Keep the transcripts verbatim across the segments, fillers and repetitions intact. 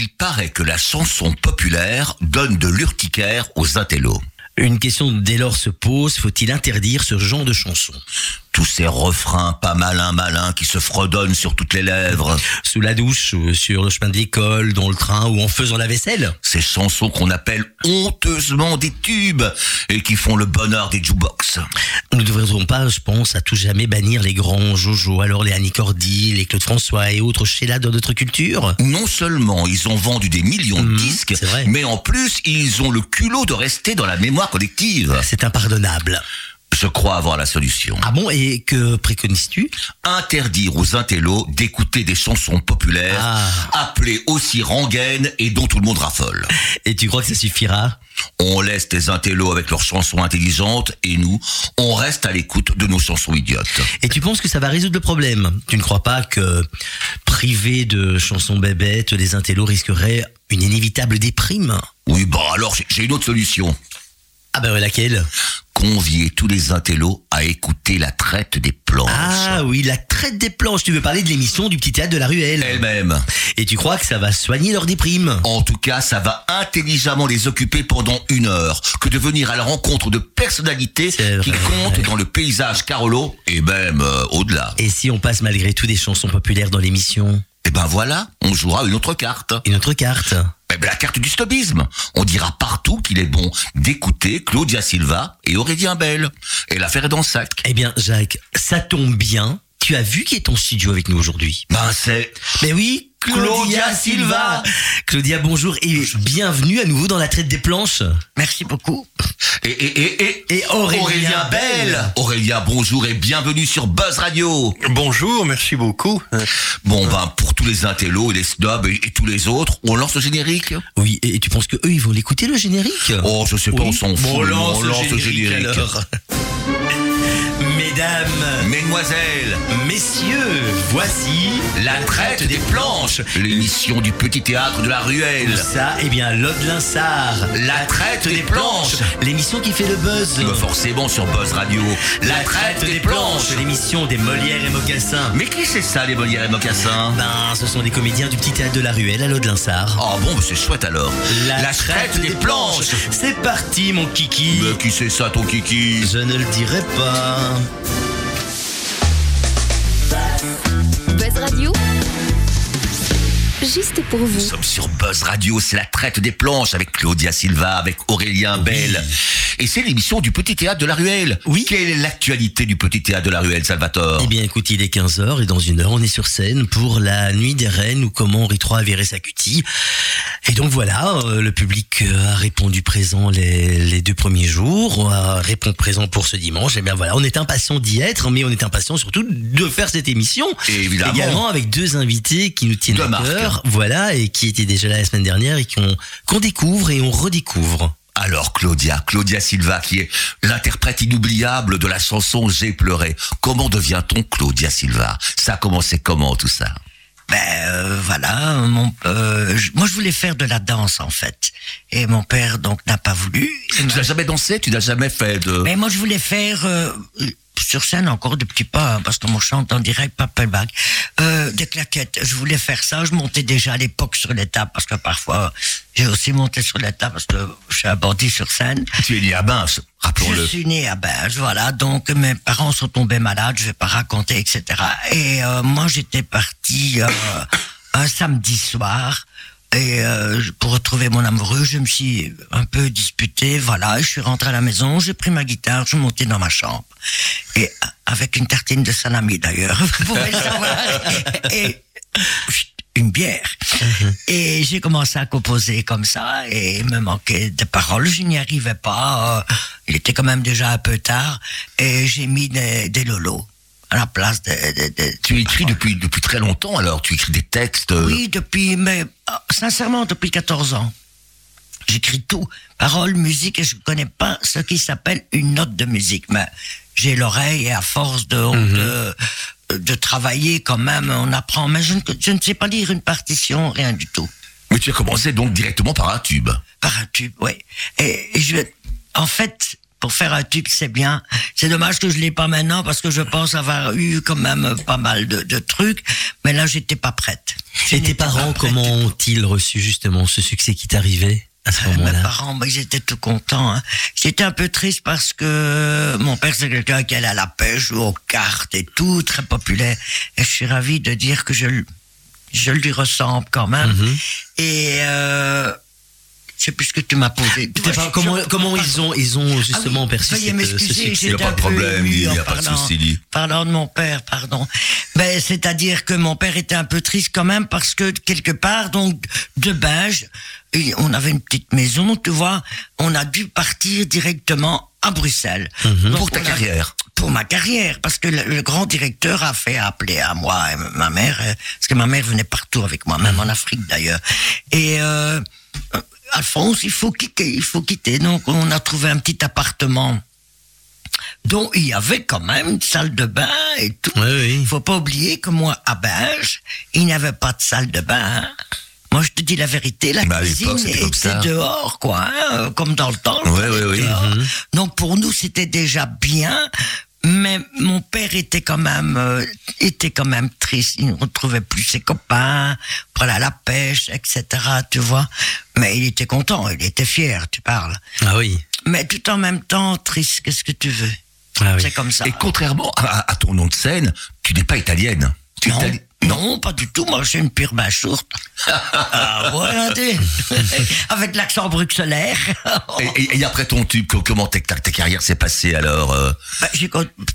Il paraît que la chanson populaire donne de l'urticaire aux intellos. Une question dès lors se pose, faut-il interdire ce genre de chansons ? Tous ces refrains pas malins malins qui se fredonnent sur toutes les lèvres. Sous la douche, ou sur le chemin de l'école, dans le train ou en faisant la vaisselle. Ces chansons qu'on appelle honteusement des tubes et qui font le bonheur des jukebox. Nous ne devrions pas, je pense, à tout jamais bannir les grands Jojo, alors les Annie Cordy, les Claude François et autres Sheila dans notre culture. Non seulement ils ont vendu des millions de Mmh, disques, c'est vrai. mais en plus ils ont le culot de rester dans la mémoire collective. C'est impardonnable. Je crois avoir la solution. Ah bon, et que préconises-tu ? Interdire aux intellos d'écouter des chansons populaires, Ah. appelées aussi rengaines et dont tout le monde raffole. Et tu crois que ça suffira ? On laisse les intellos avec leurs chansons intelligentes et nous, on reste à l'écoute de nos chansons idiotes. Et tu penses que ça va résoudre le problème ? Tu ne crois pas que, privés de chansons bébêtes, les intellos risqueraient une inévitable déprime ? Oui, bon alors j'ai- j'ai une autre solution. Ah ben ouais, laquelle ? Convier tous les intellos à écouter la traite des planches. Ah oui, la traite des planches. Tu veux parler de l'émission du Petit Théâtre de la Ruelle. Elle-même. Et tu crois que ça va soigner leur déprime ? En tout cas, ça va intelligemment les occuper pendant une heure que de venir à la rencontre de personnalités C'est qui vrai. comptent dans le paysage Carolo et même euh, au-delà. Et si on passe malgré tout des chansons populaires dans l'émission ? Et ben voilà, on jouera une autre carte. Une autre carte ? Eh ben la carte du snobisme. On dira partout qu'il est bon d'écouter Claudia Silva et Aurélien Bell. Et l'affaire est dans le sac. Eh bien, Jacques, ça tombe bien. Tu as vu qui est en studio avec nous aujourd'hui ? Ben c'est... Mais oui, Claudia, Claudia Silva. Claudia, bonjour et bienvenue à nouveau dans la traite des planches. Merci beaucoup. Et, et, et, et, Et Aurélien Bell. Aurélien, bonjour et bienvenue sur Buzz Radio. Bonjour, merci beaucoup. Bon ben, pour tous les intellos et les snobs et, et tous les autres, on lance le générique. Oui, et tu penses que eux ils vont l'écouter le générique ? Oh, je sais pas, Oui. on s'en fout. Bon, on lance, on le lance le générique, générique. alors. Mesdames, Mesdemoiselles, messieurs, voici la traite des planches, l'émission du petit théâtre de la Ruelle. ça, eh bien, l'Ode Linsard, La traite des planches. l'émission qui fait le buzz. Bah forcément sur Buzz Radio. La traite des planches. l'émission des Molières et Mocassins. Mais qui c'est ça, les Molières et Mocassins? Ben, ce sont des comédiens du Petit Théâtre de la Ruelle à l'Ode Linsard. Oh bon, bah c'est chouette alors. La, traite des planches. C'est parti, mon kiki. Mais qui c'est ça, ton kiki? Je ne le dirai pas. Buzz Radio, juste pour Nous vous. sommes sur Buzz Radio, c'est la traite des planches avec Claudia Silva, avec Aurélien Bell. Et c'est l'émission du Petit Théâtre de la Ruelle. Oui. Quelle est l'actualité du Petit Théâtre de la Ruelle, Salvatore? Eh bien, écoute, il est quinze heures et dans une heure, on est sur scène pour la Nuit des Reines ou comment Henri trois a viré sa cutie. Et donc voilà, euh, le public euh, a répondu présent les, les deux premiers jours, on a répondu présent pour ce dimanche. Et bien voilà, on est impatient d'y être, mais on est impatient surtout de faire cette émission. Et évidemment. Également avec deux invités qui nous tiennent De à marque. cœur, voilà, et qui étaient déjà là la semaine dernière et qu'on qu'on découvre et on redécouvre. Alors Claudia, Claudia Silva, qui est l'interprète inoubliable de la chanson J'ai pleuré. Comment devient-on Claudia Silva? Ça a commencé comment tout ça? Ben euh, voilà, mon, euh, je- moi je voulais faire de la danse en fait, et mon père donc n'a pas voulu. Il Tu m'a- n'as jamais dansé? Tu n'as jamais fait de... Mais moi je voulais faire euh, sur scène encore de petits pas, hein, parce que mon chante en direct, pas playback, euh, des claquettes. Je voulais faire ça. Je montais déjà à l'époque sur les tables, parce que parfois j'ai aussi monté sur les tables parce que je suis un bandit sur scène. Tu es né à Binche, Je rappelons-le. suis né à Binge, voilà. Donc mes parents sont tombés malades, je vais pas raconter, et cetera. Et euh, moi j'étais parti euh, un samedi soir. Et euh, pour retrouver mon amoureux, je me suis un peu disputé, voilà. Je suis rentré à la maison, j'ai pris ma guitare, je suis monté dans ma chambre. Et avec une tartine de salami d'ailleurs, vous pouvez le savoir. Et une bière. Et j'ai commencé à composer comme ça, et il me manquait de paroles, je n'y arrivais pas. euh, Il était quand même déjà un peu tard, et j'ai mis des, des lolos à la place de... de, de Tu écris depuis, depuis très longtemps alors? Tu écris des textes? euh, Oui, depuis, mais euh, sincèrement, depuis quatorze ans. J'écris tout, paroles, musique, et je ne connais pas ce qui s'appelle une note de musique, mais j'ai l'oreille, et à force de, de, de travailler quand même, on apprend, mais je ne, je ne sais pas lire une partition, rien du tout. Mais tu as commencé donc directement par un tube. Par un tube, oui. Et, et je, en fait, Pour faire un tube, c'est bien. C'est dommage que je l'ai pas maintenant parce que je pense avoir eu quand même pas mal de, de trucs. Mais là, j'étais pas prête. Je Et tes parents, comment ont-ils reçu justement ce succès qui t'arrivait à ce moment-là? Mes parents, bah, ils étaient tout contents. Hein. J'étais un peu triste parce que mon père, c'est quelqu'un qui allait à la pêche ou aux cartes et tout, très populaire. Et je suis ravi de dire que je, je lui ressemble quand même. Mm-hmm. Et... Euh, je sais plus ce que tu m'as posé. Toi, pas, comment je, comment ils ont ils ont justement ah oui, perçu cette, ce succès? Il n'y a pas de problème, il n'y a pas de souci. Parlant de mon père, pardon. Ben, c'est-à-dire que mon père était un peu triste quand même parce que quelque part, donc, de Binge, on avait une petite maison, tu vois, on a dû partir directement à Bruxelles. Mm-hmm. Donc, pour ta carrière? Pour ma carrière, parce que le, le grand directeur a fait appeler à moi et ma mère, parce que ma mère venait partout avec moi, même en Afrique d'ailleurs. Et... Euh, Alphonse, il faut quitter, il faut quitter. Donc, on a trouvé un petit appartement dont il y avait quand même une salle de bain et tout. Oui, oui. Il faut pas oublier que moi, à Binge, il n'y avait pas de salle de bain. Hein. Moi, je te dis la vérité, la bah, cuisine était dehors, quoi, hein, comme dans le temps. Oui, oui, oui. Mm-hmm. Donc, pour nous, c'était déjà bien. Mais mon père était quand même euh, était quand même triste. Il ne retrouvait plus ses copains pour aller à la pêche, et cetera. Tu vois. Mais il était content, il était fier. Tu parles. Ah oui. Mais tout en même temps triste. Qu'est-ce que tu veux? Ah oui. C'est comme ça. Et contrairement à, à ton nom de scène, tu n'es pas italienne. Tu non. Itali... Non, pas du tout. Moi, je suis une pure bachourte. Ah, regardez. Avec l'accent bruxellaire. et, et, et après ton tube, comment ta, ta carrière s'est passée alors euh... bah, j'ai,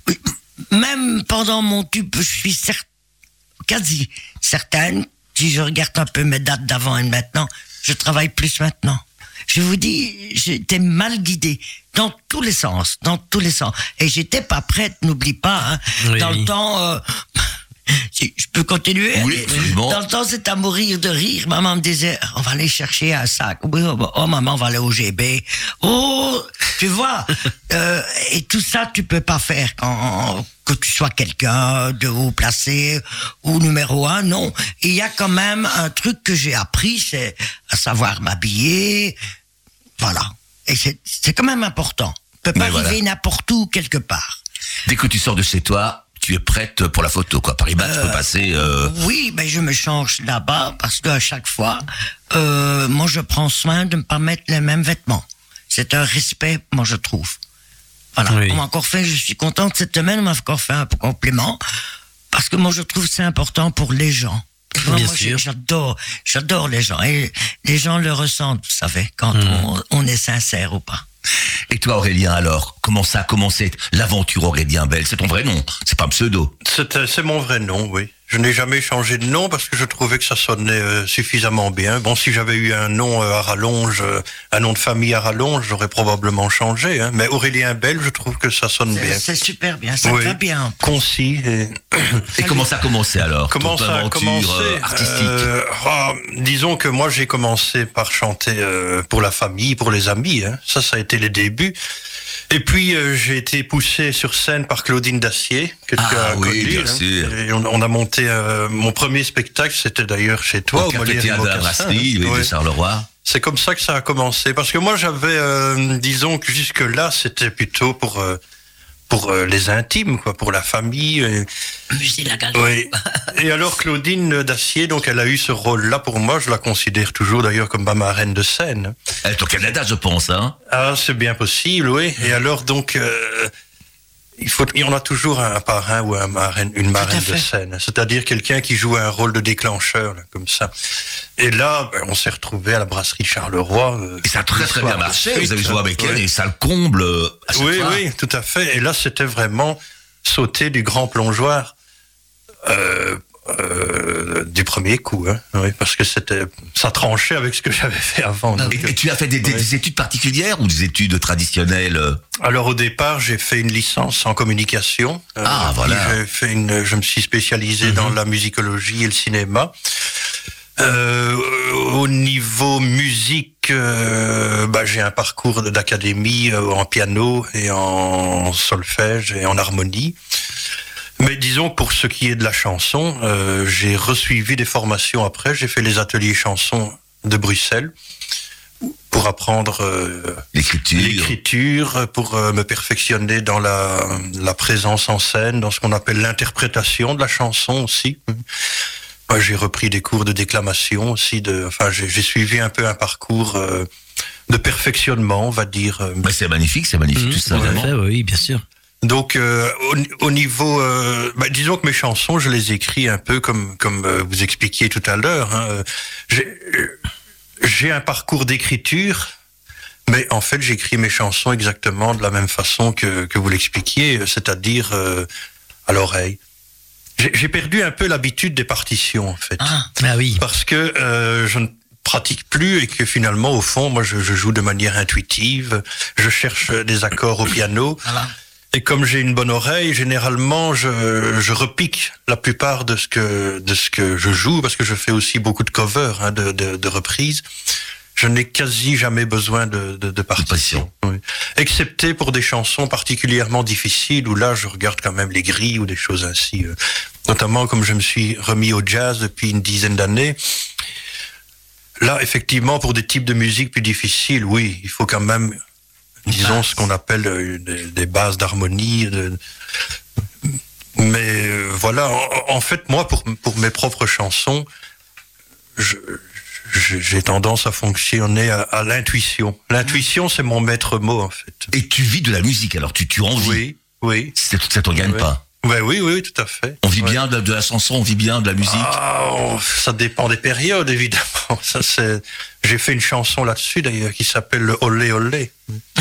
Même pendant mon tube, je suis cer- quasi certaine, si je regarde un peu mes dates d'avant et de maintenant, je travaille plus maintenant. Je vous dis, j'étais mal guidée dans tous les sens, dans tous les sens. Et j'étais pas prête, n'oublie pas. Hein, oui, dans oui. le temps... Euh, Si je peux continuer. Oui, absolument. Dans le temps, c'était à mourir de rire. Maman me disait, on va aller chercher un sac. Oh, maman, on va aller au G B. Oh, tu vois. euh, et tout ça, tu peux pas faire quand que tu sois quelqu'un de haut placé ou numéro un. Non. Il y a quand même un truc que j'ai appris, c'est à savoir m'habiller. Voilà. Et c'est, c'est quand même important. On peut pas Mais arriver voilà. n'importe où, quelque part. Dès que tu sors de chez toi, tu es prête pour la photo, quoi. Paris Match, euh, tu peux passer... Euh... Oui, mais je me change là-bas parce qu'à chaque fois, euh, moi, je prends soin de ne pas mettre les mêmes vêtements. C'est un respect, moi, je trouve. Voilà. Oui. On m'a encore fait, je suis contente cette semaine, on m'a encore fait un compliment parce que moi, je trouve que c'est important pour les gens. Moi, Bien moi sûr. j'adore, j'adore les gens. Et les gens le ressentent, vous savez, quand mmh. on, on est sincère ou pas. Et toi, Aurélien, alors, comment ça a commencé l'aventure Aurélien Bel? C'est ton vrai nom, c'est pas un pseudo. C'est, c'est mon vrai nom, oui. Je n'ai jamais changé de nom parce que je trouvais que ça sonnait euh, suffisamment bien. Bon, si j'avais eu un nom euh, à rallonge, euh, un nom de famille à rallonge, j'aurais probablement changé. Hein. Mais Aurélien Bel, je trouve que ça sonne c'est, bien. C'est super bien, ça oui. va bien. Concis. Et, et comment ça a commencé alors? Comment ça a commencé euh, artistique euh, oh, disons que moi, j'ai commencé par chanter euh, pour la famille, pour les amis. Hein. Ça, ça a été les débuts. Et puis euh, j'ai été poussé sur scène par Claudine Dacier, que ah, tu as oui, connu. bien hein. sûr. Et on, on a monté euh, mon premier spectacle, c'était d'ailleurs chez toi, au, au Café Théâtre de la Brasserie, oui, de Charleroi. C'est comme ça que ça a commencé, parce que moi j'avais, euh, disons que jusque là, c'était plutôt pour euh, pour euh, les intimes, quoi, pour la famille. Et... Musée de la galerie. Oui. Et alors Claudine Dacier, donc elle a eu ce rôle-là pour moi. Je la considère toujours d'ailleurs comme ma marraine de scène. Elle est au Canada, je pense, hein. Ah, c'est bien possible, oui. Et alors donc, euh, il faut, il y en a toujours un parrain ou un marraine, une marraine de scène. C'est-à-dire quelqu'un qui joue un rôle de déclencheur, là, comme ça. Et là, ben, on s'est retrouvés à la brasserie Charleroi. Euh, et ça a très très bien marché. Vous avez joué avec elle oui. et ça le comble. À chaque oui, fois. oui, tout à fait. Et là, c'était vraiment sauter du grand plongeoir. Euh, euh, du premier coup, hein, oui, parce que c'était, ça tranchait avec ce que j'avais fait avant. Et, donc, et tu as fait des, des, oui. des études particulières ou des études traditionnelles? Alors au départ, j'ai fait une licence en communication. Ah euh, voilà. J'ai fait une, je me suis spécialisé mm-hmm. dans la musicologie et le cinéma. Euh, au niveau musique, euh, bah, j'ai un parcours d'académie euh, en piano et en solfège et en harmonie. Mais disons, pour ce qui est de la chanson, euh, j'ai resuivi des formations après. J'ai fait les ateliers chansons de Bruxelles. pour apprendre euh, L'écriture. l'écriture, pour euh, me perfectionner dans la, la présence en scène, dans ce qu'on appelle l'interprétation de la chanson aussi. Moi, j'ai repris des cours de déclamation aussi. De, enfin, j'ai, j'ai suivi un peu un parcours euh, de perfectionnement, on va dire. Bah, c'est magnifique, c'est magnifique Mmh, tout ça, tout à vraiment. fait, oui, bien sûr. Donc, euh, au, au niveau, euh, bah, disons que mes chansons, je les écris un peu comme comme euh, vous expliquiez tout à l'heure. Hein. J'ai, j'ai un parcours d'écriture, mais en fait, j'écris mes chansons exactement de la même façon que que vous l'expliquiez, c'est-à-dire euh, à l'oreille. J'ai, j'ai perdu un peu l'habitude des partitions, en fait, Ah, Ah oui. parce que euh, je ne pratique plus et que finalement, au fond, moi, je, je joue de manière intuitive. Je cherche des accords au piano. voilà. Et comme j'ai une bonne oreille, généralement, je, je repique la plupart de ce que de ce que je joue, parce que je fais aussi beaucoup de covers, hein, de, de, de reprises. Je n'ai quasi jamais besoin de, de, de partition. Oui. Excepté pour des chansons particulièrement difficiles, où là, je regarde quand même les grilles ou des choses ainsi. Euh, notamment, comme je me suis remis au jazz depuis une dizaine d'années. Là, effectivement, pour des types de musique plus difficiles, oui, il faut quand même... disons ce qu'on appelle euh, des, des bases d'harmonie. De... Mais euh, voilà, en, en fait, moi, pour, pour mes propres chansons, je, je, j'ai tendance à fonctionner à, à l'intuition. L'intuition, c'est mon maître mot, en fait. Et tu vis de la musique, alors tu, tu en vis. Oui, oui. C'est- Ça t'en gagne Ouais. pas. Ouais, oui, oui, tout à fait. On vit Ouais. bien de, de la chanson, on vit bien de la musique. Ah, oh, ça dépend des périodes, évidemment. Ça, c'est... J'ai fait une chanson là-dessus, d'ailleurs, qui s'appelle le Olé Olé.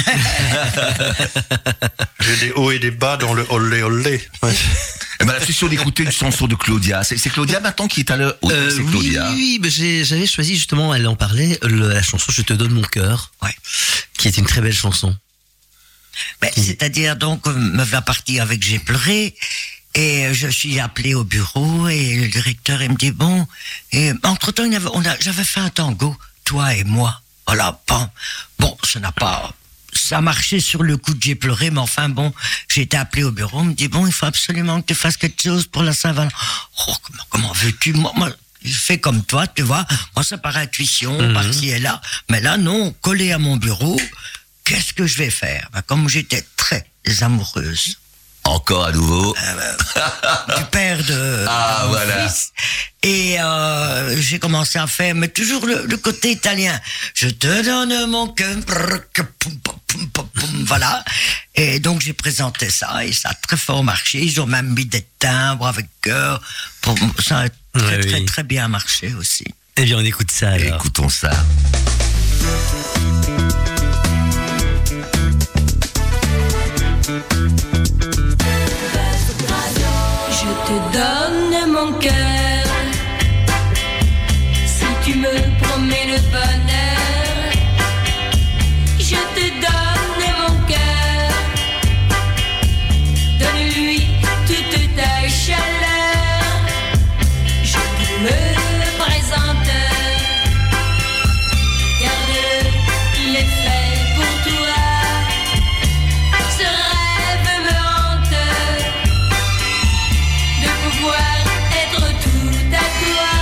J'ai des hauts et des bas dans le Olé Olé. Ouais. Eh ben, là, je suis sûr d'écouter une chanson de Claudia. C'est, c'est Claudia maintenant qui est à l'heure. Oui, Euh, c'est oui, Claudia. oui, oui, mais j'ai- j'avais choisi justement, elle en parlait, le- la chanson Je te donne mon cœur, Ouais. qui est une très belle chanson. Ben, c'est-à-dire, donc, me va partir avec J'ai pleuré, et je suis appelé au bureau, et le directeur, il me dit, bon, et entre-temps, il y avait- on a, j'avais fait un tango, toi et moi. Voilà, bon, bon, ça n'a pas... Ça a marché sur le coup de J'ai pleuré, mais enfin, bon, j'ai été appelé au bureau, on me dit, bon, il faut absolument que tu fasses quelque chose pour la Saint-Valentin. Oh, comment, comment veux-tu? Moi, moi, je fais comme toi, tu vois. Moi, c'est par intuition, Mhm. par-ci et là. Mais là, non, collé à mon bureau, qu'est-ce que je vais faire? Ben, comme j'étais très amoureuse Encore à nouveau. du père de, Ah, de mon voilà. fils, et euh, j'ai commencé à faire, mais toujours le, le côté italien. Je te donne mon cœur, poum, poum, poum, poum, poum, voilà. Et donc j'ai présenté ça, et ça a très fort marché. Ils ont même mis des timbres avec cœur. Pour, ça a très, Ouais, très, oui. très bien marché aussi. Eh bien, on écoute ça alors. Écoutons ça. Je te donne mon cœur si tu me promets le bonheur. Je te donne mon cœur, donne-lui toute ta chaleur. Je te le présente, garde-le, il est fait pour toi. Ce rêve me hante de pouvoir être tout à toi.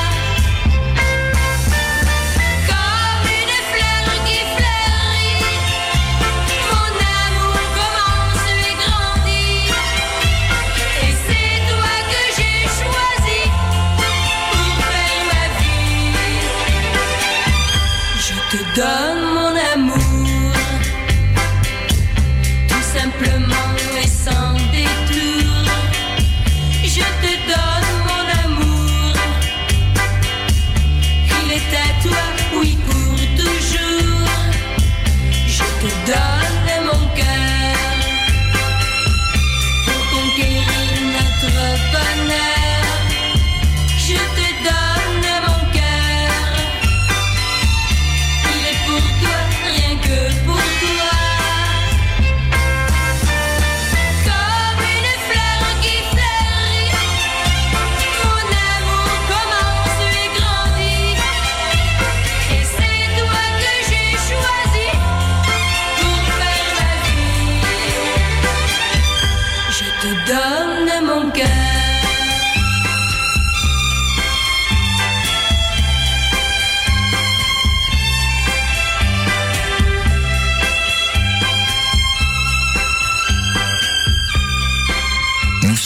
Comme une fleur qui fleurit, mon amour commence et grandit. Et c'est toi que j'ai choisi pour faire ma vie. Je te donne mon amour, tout simplement et sans détour. Je te donne mon amour, il est à toi, oui, pour toujours. Je te donne mon cœur pour conquérir notre bonheur. Je te donne mon cœur, il est pour toi, rien que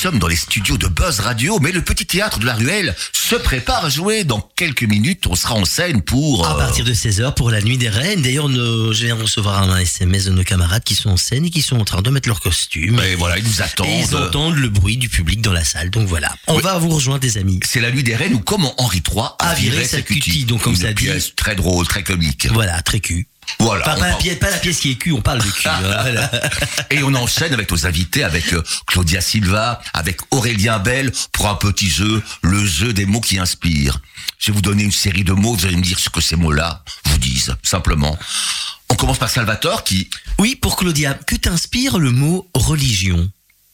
sommes dans les studios de Buzz Radio, mais le petit théâtre de la Ruelle se prépare à jouer. Dans quelques minutes, on sera en scène pour... À euh, partir de seize heures pour la nuit des reines. D'ailleurs, nos- je viens de recevoir un S M S de nos camarades qui sont en scène et qui sont en train de mettre leur costume. Et voilà, ils nous attendent. Et ils entendent le bruit du public dans la salle. Donc voilà, on Oui. va vous rejoindre, des amis. C'est la nuit des reines ou comment Henri trois a viré sa cutie. Donc, comme Une ça dit- pièce très drôle, très comique. Voilà, très cul. Voilà. Pas, on pas la parle- pièce, pas la pièce qui est cul, on parle de cul. hein, voilà. Et on enchaîne avec nos invités, avec euh, Claudia Silva, avec Aurélien Bell, pour un petit jeu, le jeu des mots qui inspirent. Je vais vous donner une série de mots, vous allez me dire ce que ces mots-là vous disent, simplement. On commence par Salvatore qui... Oui, pour Claudia, que t'inspire le mot religion?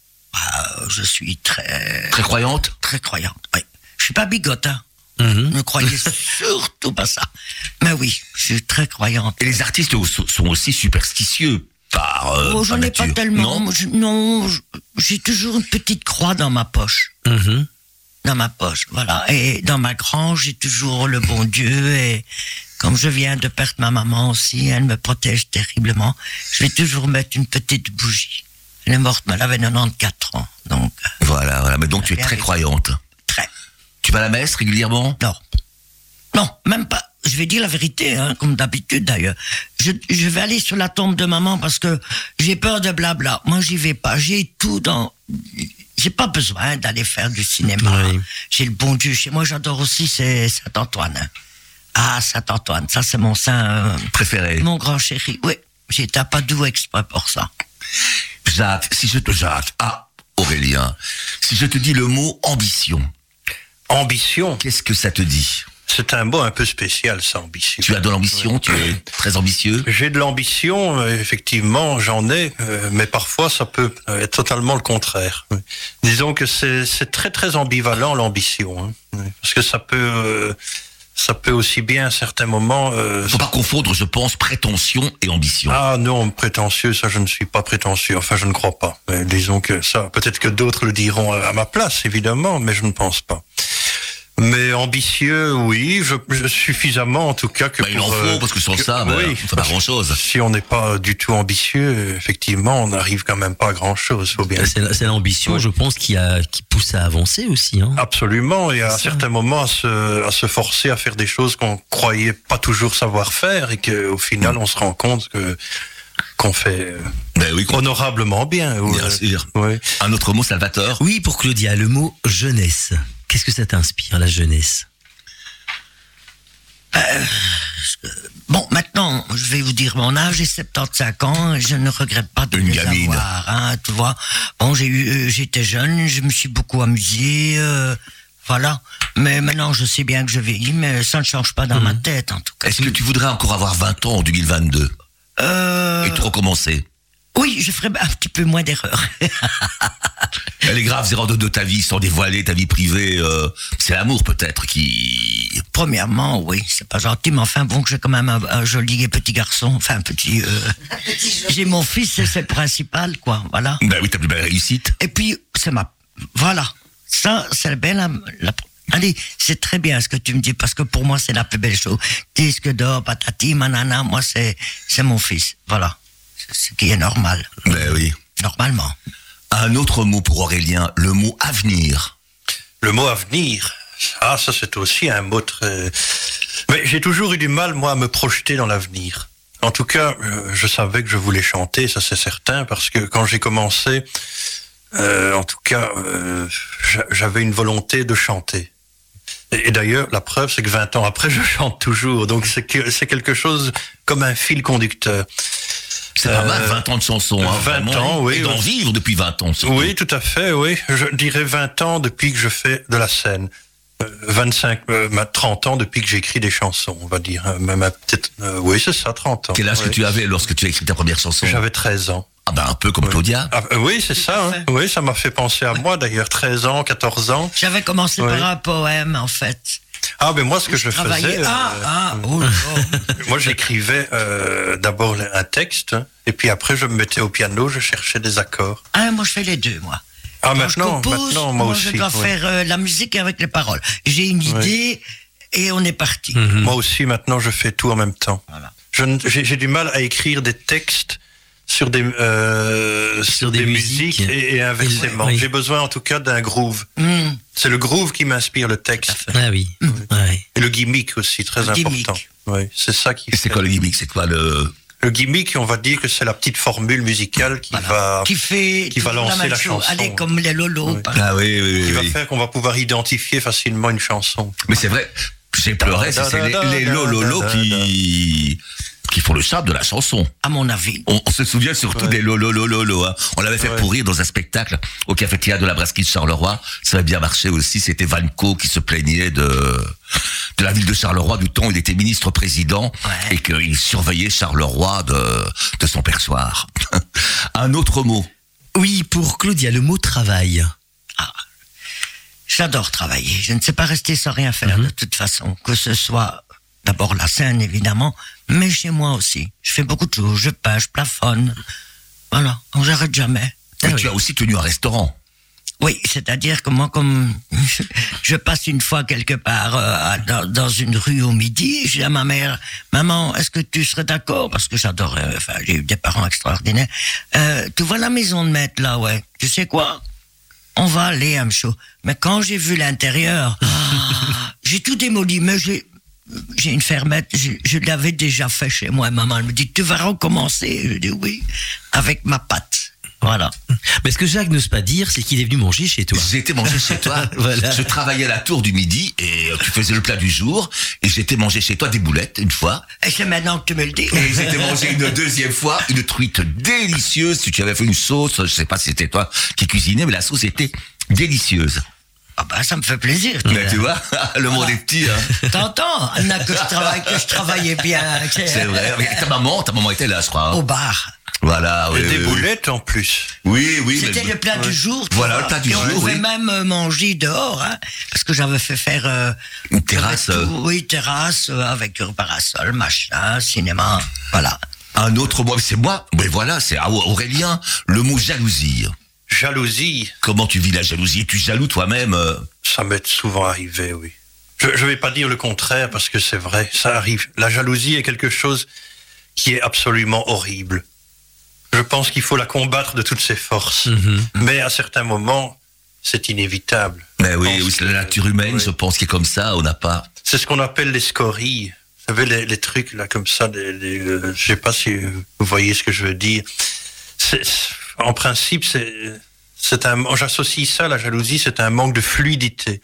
Ah, je suis très, Très croyante. très croyante. Oui. Je suis pas bigote, hein. Mhm. Ne croyez surtout pas ça. Mais oui, je suis très croyante. Et les artistes sont sont aussi superstitieux par, euh, oh, j'en par ai pas nature. tellement. Non, Je- non, je- j'ai toujours une petite croix dans ma poche. Mhm. Dans ma poche, voilà. Et dans ma grange, j'ai toujours le bon Dieu. Et comme je viens de perdre ma maman aussi, elle me protège terriblement. Je vais toujours mettre une petite bougie. Elle est morte, mais elle avait quatre-vingt-quatorze ans. Donc, voilà, voilà. Mais donc tu es Bien très vu. croyante. très. Tu vas à la messe régulièrement? Non. Non, même pas. Je vais dire la vérité, hein, comme d'habitude d'ailleurs. Je, je vais aller sur la tombe de maman parce que j'ai peur de blabla. Moi, j'y vais pas. J'ai tout dans... J'ai pas besoin d'aller faire du cinéma. Oui. J'ai le bon Dieu chez moi. J'adore aussi, c'est Saint-Antoine. hein. Ah, Saint-Antoine, ça c'est mon saint... euh, Préféré. mon grand chéri. Oui, j'ai été à Padoue exprès pour ça. Jacques, si je te... Jacques, ah, Aurélien, si je te dis le mot ambition, Ambition, qu'est-ce que ça te dit? c'est un mot un peu spécial, ça, ambition. Tu as de l'ambition, tu es très ambitieux. J'ai de l'ambition, euh, effectivement, j'en ai, euh, mais parfois ça peut euh, être totalement le contraire. Oui. Disons que c'est c'est très très ambivalent l'ambition, hein. Oui. Parce que ça peut euh, ça peut aussi bien à certains moments. Euh, Faut pas confondre, je pense, prétention et ambition. ah non, prétentieux, ça je ne suis pas prétentieux. Enfin, je ne crois pas. Mais disons que ça, peut-être que d'autres le diront à ma place, évidemment, mais je ne pense pas. Mais ambitieux, oui, je, je suffisamment en tout cas que Bah, il en pour, faut, euh, parce que sans que- ça, bah, oui, on fait pas grand-chose. Si on n'est pas du tout ambitieux, effectivement, on n'arrive quand même pas à grand-chose, faut bien. C'est c'est l'ambition, Oui. je pense, qui, a, qui pousse à avancer aussi. Hein. Absolument, et à C'est ça. certains moments à se, à se forcer à faire des choses qu'on croyait pas toujours savoir faire et qu'au final on se rend compte que qu'on fait euh, Ben oui, qu'on- honorablement bien. ou, bien euh, sûr. oui. Un autre mot, Salvatore. Oui, pour Claudia, le mot jeunesse. Qu'est-ce que ça t'inspire, la jeunesse? Bon, maintenant, je vais vous dire mon âge, j'ai soixante-quinze ans, et je ne regrette pas de Une les gamine. avoir, hein, tu vois. Bon, j'ai eu, euh, j'étais jeune, je me suis beaucoup amusé, euh, voilà. Mais maintenant, je sais bien que je vieillis, mais ça ne change pas dans ma tête, en tout cas. Est-ce que tu voudrais encore avoir vingt ans en deux mille vingt-deux Euh, et tout recommencer? oui, je ferai un petit peu moins d'erreurs. Les graves erreurs de, de ta vie sans dévoiler ta vie privée, euh, c'est l'amour peut-être qui... Premièrement, oui, c'est pas gentil, mais enfin, bon, que j'ai quand même un, un joli petit garçon, enfin, un petit, euh, j'ai mon fils, et c'est le principal, quoi, voilà. Ben oui, ta plus belle réussite. Et puis, c'est ma... Voilà. Ça, c'est bien la... la- Allez, c'est très bien ce que tu me dis, parce que pour moi, c'est la plus belle chose. Disque d'or, patati, manana, moi, c'est c'est mon fils. Voilà. C'est ce qui est normal. Ben oui. Normalement. Un autre mot pour Aurélien, le mot avenir. Le mot avenir, ah ça c'est aussi un mot très... Mais j'ai toujours eu du mal, moi, à me projeter dans l'avenir. En tout cas, euh, je savais que je voulais chanter, ça c'est certain, parce que quand j'ai commencé, euh, en tout cas, euh, j'a- j'avais une volonté de chanter. Et, et d'ailleurs, la preuve, c'est que vingt ans après, je chante toujours. Donc c'est que- c'est quelque chose comme un fil conducteur. C'est pas Euh, mal, vingt ans de chansons. Hein, vingt vraiment. ans, oui, Et d'en oui. vivre depuis vingt ans, surtout. Oui, tout à fait, oui. Je dirais vingt ans depuis que je fais de la scène. Euh, vingt-cinq, euh, ma- trente ans depuis que j'écris des chansons, on va dire. Euh, Même à peut-être, euh, oui, c'est ça, trente ans. Quel âge Oui. que tu avais lorsque tu as écrit ta première chanson? J'avais treize ans. Ah ben un peu comme Claudia. Ah, euh, oui, c'est ça. Hein. Oui, ça m'a fait penser à moi d'ailleurs. treize ans, quatorze ans. J'avais commencé Oui. par un poème, en fait. Ah, mais moi, ce que je travaillais. faisais, Ah, euh, ah, oh, oh. moi, j'écrivais euh, d'abord un texte, hein, et puis après, je me mettais au piano, je cherchais des accords. Ah, moi, je fais les deux, moi. Ah, Quand maintenant, je compose, maintenant, moi, je aussi. dois oui. faire euh, la musique avec les paroles. J'ai une idée et on est parti. Mhm. Moi aussi, maintenant, je fais tout en même temps. Voilà. Je ne- J'ai j'ai du mal à écrire des textes sur des, euh, Sur des musiques. et, et inversement. Oui. J'ai besoin en tout cas d'un groove. Mm. C'est le groove qui m'inspire le texte. Ah oui. Ouais. Et le gimmick aussi, très Le important. gimmick. Oui, c'est ça qui Et c'est fait- quoi le gimmick? C'est quoi le... Le gimmick, on va dire que c'est la petite formule musicale qui Voilà. va, Qui fait qui va toujours lancer même la chose. chanson. Allez, comme les lolos. Oui. par Ah oui, oui, qui oui. va oui. faire qu'on va pouvoir identifier facilement une chanson. Mais c'est vrai, j'ai pleuré, c'est c'est les, les lololos qui... qui font le charme de la chanson. À mon avis. On, on se souvient surtout Ouais. des lololololo. Hein. On l'avait fait Ouais. pourrir dans un spectacle au Café Théâtre de la Brasserie de Charleroi. Ça avait bien marché aussi. C'était Vanco qui se plaignait de de la ville de Charleroi du temps où il était ministre-président Ouais. et qu'il surveillait Charleroi de de son perchoir. Un autre mot. Oui, pour Claudia, le mot travail. J'adore travailler. Je ne sais pas rester sans rien faire de toute façon. Que ce soit d'abord la scène, évidemment, mais chez moi aussi. Je fais beaucoup de choses. Je peins, je plafonne. Voilà. On j'arrête jamais. Mais Ah tu oui. as aussi tenu un restaurant. Oui, c'est-à-dire que moi, comme je passe une fois quelque part euh, à- dans, dans une rue au midi, je dis à ma mère, maman, est-ce que tu serais d'accord? Parce que j'adore, euh, enfin, j'ai eu des parents extraordinaires. Euh, tu vois la maison de maître là, ouais. Tu sais quoi? On va aller à Mchou. Mais quand j'ai vu l'intérieur, j'ai tout démoli. Mais j'ai, j'ai une fermette, je, je l'avais déjà fait chez moi. Maman elle me dit, tu vas recommencer? Je dis oui, avec ma patte. Voilà. Mais ce que Jacques n'ose pas dire, c'est qu'il est venu manger chez toi. J'ai été manger chez toi. Voilà. Je travaillais à la tour du midi et euh, tu faisais le plat du jour. Et j'ai été manger chez toi des boulettes une fois. Et c'est maintenant que tu me le dis. Et j'ai été manger une deuxième fois une truite délicieuse. Tu avais fait une sauce, je sais pas si c'était toi qui cuisinais, mais la sauce était délicieuse. Ah bah ça me fait plaisir. tu Mais vois. tu vois, le monde est petit. Hein. T'entends? Elle n'a que je travaille, que je travaillais bien. C'est vrai. Mais ta maman, ta maman était là, je crois. Au Hein. bar. Voilà. Oui, Et des oui, oui. boulettes en plus. Oui, oui. C'était mais- le plat du jour. tu Voilà, vois. le plat du Et on jour, pouvait oui. même euh, manger dehors, hein, parce que j'avais fait faire euh, Une terrasse, j'avais euh. tout- oui, terrasse euh, avec un parasol, machin, cinéma, voilà. Un autre mot, c'est moi. Mais voilà, c'est ah, Aurélien. Le mot jalousie. Jalousie, Comment tu vis la jalousie? Es-tu jaloux toi-même? euh ça m'est souvent arrivé, oui. Je ne vais pas dire le contraire parce que c'est vrai, ça arrive. La jalousie est quelque chose qui est absolument horrible. Je pense qu'il faut la combattre de toutes ses forces. Mhm. Mais à certains moments, c'est inévitable. Mais oui, Je pense oui, c'est la que- nature humaine, oui. je pense, qui est comme ça. On n'a pas. C'est ce qu'on appelle les scories. Vous savez, les, les trucs là comme ça, les, les, euh, je sais pas si vous voyez ce que je veux dire. C'est- c'est- en principe, c'est, c'est un, j'associe ça, la jalousie, c'est un manque de fluidité.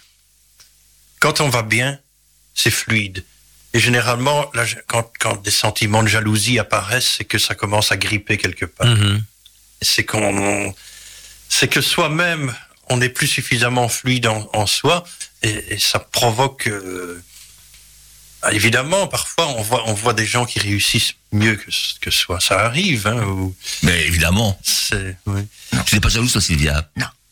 Quand on va bien, c'est fluide. Et généralement, là, quand, quand des sentiments de jalousie apparaissent, c'est que ça commence à gripper quelque part. Mhm. C'est qu'on, on- c'est que soi-même, on n'est plus suffisamment fluide en, en soi, et, et ça provoque. euh, ah, évidemment, parfois, on voit, on voit des gens qui réussissent mieux que, que soi. Ça arrive, hein. Ou, Mais évidemment. c'est, oui. Tu n'es pas jalouse, toi, Sylvia?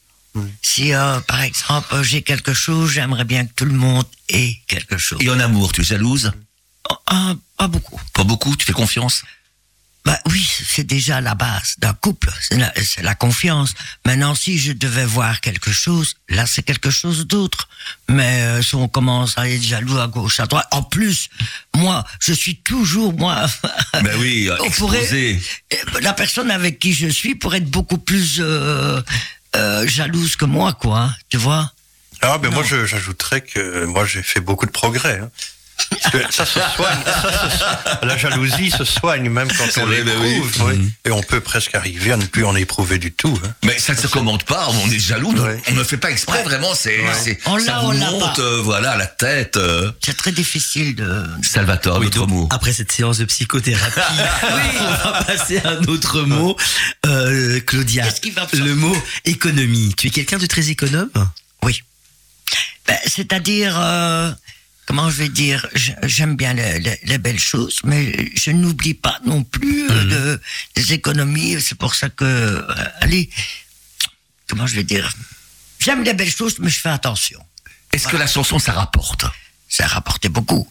Si, euh, par exemple, j'ai quelque chose, j'aimerais bien que tout le monde ait quelque chose. Et en amour, tu es jalouse? Oh, ah, pas beaucoup. Pas beaucoup, tu fais confiance? Bah oui, c'est déjà la base d'un couple, c'est la, c'est la confiance. Maintenant, si je devais voir quelque chose, là, c'est quelque chose d'autre. Mais euh, si on commence à être jaloux à gauche, à droite, en plus, moi, je suis toujours, moi... Ben oui, on pourrait, exposé. la personne avec qui je suis pourrait être beaucoup plus euh, euh, jalouse que moi, quoi, hein, tu vois. Ah, ben Non. moi, je- j'ajouterais que moi, j'ai fait beaucoup de progrès. Hein. Parce que ça se soigne. Ça se so- la jalousie se soigne même quand C'est on vrai, ben l'éprouve. oui. oui. Et on peut presque arriver à ne plus en éprouver du tout. Hein. Mais ça ne se commande pas, on est jaloux, on- Ouais. on ne fait pas exprès, Ouais. vraiment, c'est, Ouais. c'est, On ça l'a, vous on l'a monte, pas. euh, voilà, à la tête. euh. C'est très difficile de... Salvatore, Oui, notre donc, mot. après cette séance de psychothérapie, oui, on va passer à un autre mot. Euh, Claudia, Qu'est-ce qui va me sortir le mot économie. Tu es quelqu'un de très économe? Oui. Ben, c'est-à-dire, euh, comment je vais dire, je- j'aime bien les, les- les belles choses, mais je n'oublie pas non plus euh, de, des économies. C'est pour ça que, euh, allez, comment je vais dire, j'aime les belles choses, mais je fais attention. Est-ce que la chanson, ça rapporte? Ça a rapporté beaucoup.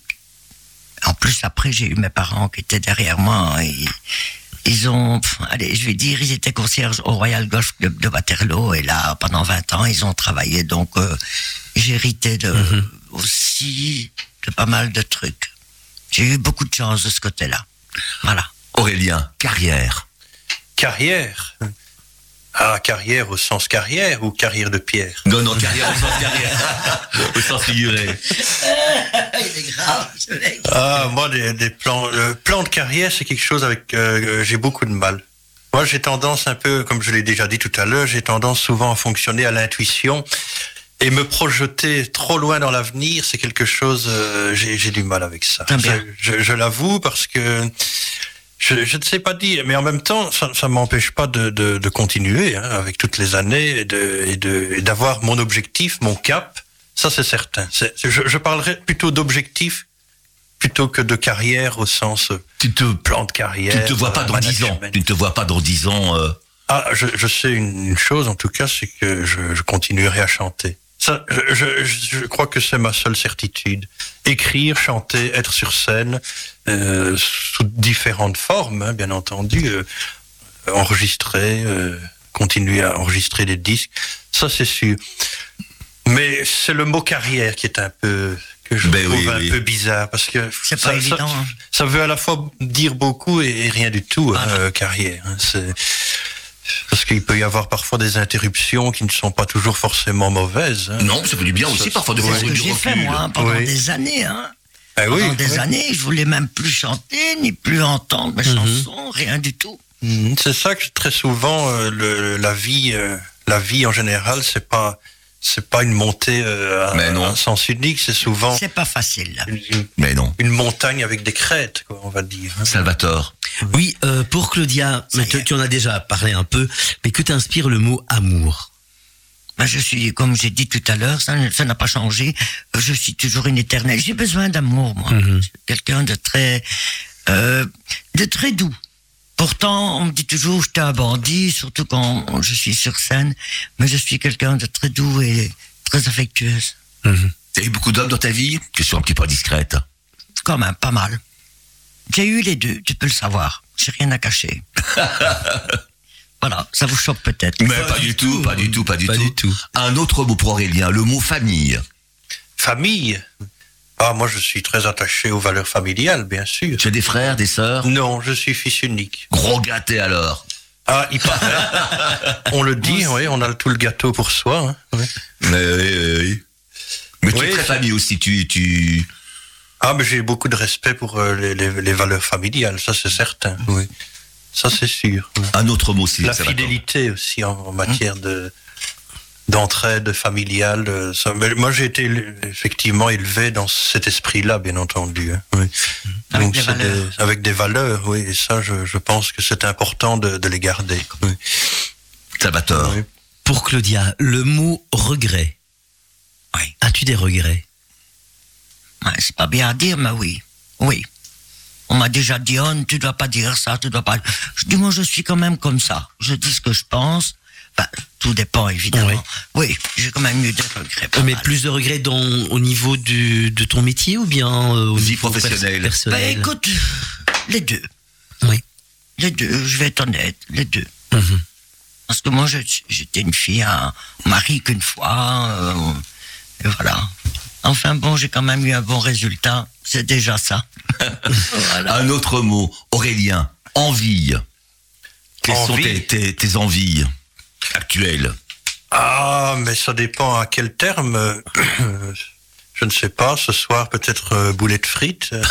En plus, après, j'ai eu mes parents qui étaient derrière moi. Et, ils ont, pff, allez, je vais dire, ils étaient concierges au Royal Golf Club de Waterloo. Et là, pendant vingt ans, ils ont travaillé. Donc, euh, j'ai hérité de, aussi de pas mal de trucs. J'ai eu beaucoup de chance de ce côté-là. Voilà. Aurélien, carrière. Carrière. Ah, carrière au sens carrière ou carrière de pierre? Non, non, carrière au sens carrière. Au sens figuré. Il est grave, ce mec. Ah, moi, des, des plans, le plan de carrière, c'est quelque chose avec, euh, j'ai beaucoup de mal. Moi, j'ai tendance un peu, comme je l'ai déjà dit tout à l'heure, j'ai tendance souvent à fonctionner à l'intuition et me projeter trop loin dans l'avenir, c'est quelque chose, euh, j'ai, j'ai du mal avec ça. Très bien. Je, je, je l'avoue parce que je, je ne sais pas dire, mais en même temps, ça ne m'empêche pas de, de, de continuer hein, avec toutes les années et, de, et, de, et d'avoir mon objectif, mon cap. Ça, c'est certain. C'est, je, je parlerai plutôt d'objectif plutôt que de carrière au sens Tu te, plan de carrière. tu ne te vois pas dans dix ans. Tu ne te vois pas dans dix ans. Euh... Ah, je, je sais une, une chose en tout cas, c'est que je, je continuerai à chanter. Ça, je, je, je crois que c'est ma seule certitude. Écrire, chanter, être sur scène, euh, sous différentes formes, hein, bien entendu, euh, enregistrer, euh, continuer à enregistrer des disques, ça c'est sûr. Mais c'est le mot carrière qui est un peu que je Ben trouve oui, un oui. peu bizarre parce que C'est ça, pas évident. Ça, hein. ça veut à la fois dire beaucoup et, et rien du tout, Voilà. hein, euh, carrière. Hein, c'est parce qu'il peut y avoir parfois des interruptions qui ne sont pas toujours forcément mauvaises. Hein. Non, ça fait du bien aussi parfois de C'est voir ce que du j'ai fait, recul. moi, hein, pendant Oui. des années. Hein. Ah oui, Pendant des oui. années, je voulais même plus chanter, ni plus entendre mes chansons, rien du tout. Mhm. C'est ça que très souvent euh, le, la vie, euh, la vie en général, c'est pas, c'est pas une montée euh, à, Mais non. à sens unique, c'est souvent C'est pas facile. une, une- Mais non. une montagne avec des crêtes, quoi, on va dire. hein. Salvatore. Oui, euh, pour Claudia, Ça mais y tu, est. tu en as déjà parlé un peu, mais que t'inspire le mot amour? Ben, je suis, comme j'ai dit tout à l'heure, ça, ça n'a pas changé. Je suis toujours une éternelle. J'ai besoin d'amour, moi. Mhm. Je suis quelqu'un de très, euh, de très doux. Pourtant, on me dit toujours que j'étais un bandit, surtout quand je suis sur scène. Mais je suis quelqu'un de très doux et très affectueuse. Mhm. T'as eu beaucoup d'hommes dans ta vie? Question un petit peu discrète. Quand même, pas mal. J'ai eu les deux, tu peux le savoir. J'ai rien à cacher. Voilà, ça vous choque peut-être. Mais pas, du tout, pas du tout, pas du Pas tout. du tout. Un autre mot pour Aurélien, le mot famille. Famille. Ah, moi, je suis très attaché aux valeurs familiales, bien sûr. Tu as des frères, des sœurs? Non, je suis fils unique. Gros gâté alors. Ah, il paraît. On le dit, oui, on a tout le gâteau pour soi. Hein. Oui. Mais, oui, oui, oui. Mais tu Oui, es très c'est- famille aussi, tu, tu... Ah, mais j'ai beaucoup de respect pour euh, les, les, les valeurs familiales, ça c'est certain. Oui. Ça c'est sûr. Un autre mot, c'est La Salvatore. fidélité aussi en, en matière de d'entraide familiale. euh, Ça, mais moi j'ai été éle- effectivement élevé dans cet esprit-là, bien entendu. Hein. Oui. Avec Donc des c'est valeurs. des- avec des valeurs, oui. Et ça, je, je pense que c'est important de, de les garder. Oui. Salvatore. Oui. Pour Claudia, le mot regret. Oui. As-tu des regrets? Ouais, c'est pas bien à dire, mais oui. Oui. On m'a déjà dit, oh, tu dois pas dire ça, tu dois pas. Je dis, moi, je suis quand même comme ça. Je dis ce que je pense. Enfin, tout dépend, évidemment. Oui, j'ai quand même eu des regrets. pas Mais mal. plus de regrets dans, au niveau du, de ton métier ou bien euh, au Vie niveau professionnelle. pers- personnel? Ben, écoute, les deux. Oui. Les deux, je vais être honnête, les deux. Mhm. Parce que moi, je- j'étais une fille, un mari qu'une fois, euh, et voilà. Enfin bon, j'ai quand même eu un bon résultat, c'est déjà ça. Voilà. Un autre mot, Aurélien, envie. Quelles sont Envie. tes, tes, tes envies actuelles? Ah, mais ça dépend à quel terme. euh, Je ne sais pas, ce soir peut-être euh, boulettes frites, euh,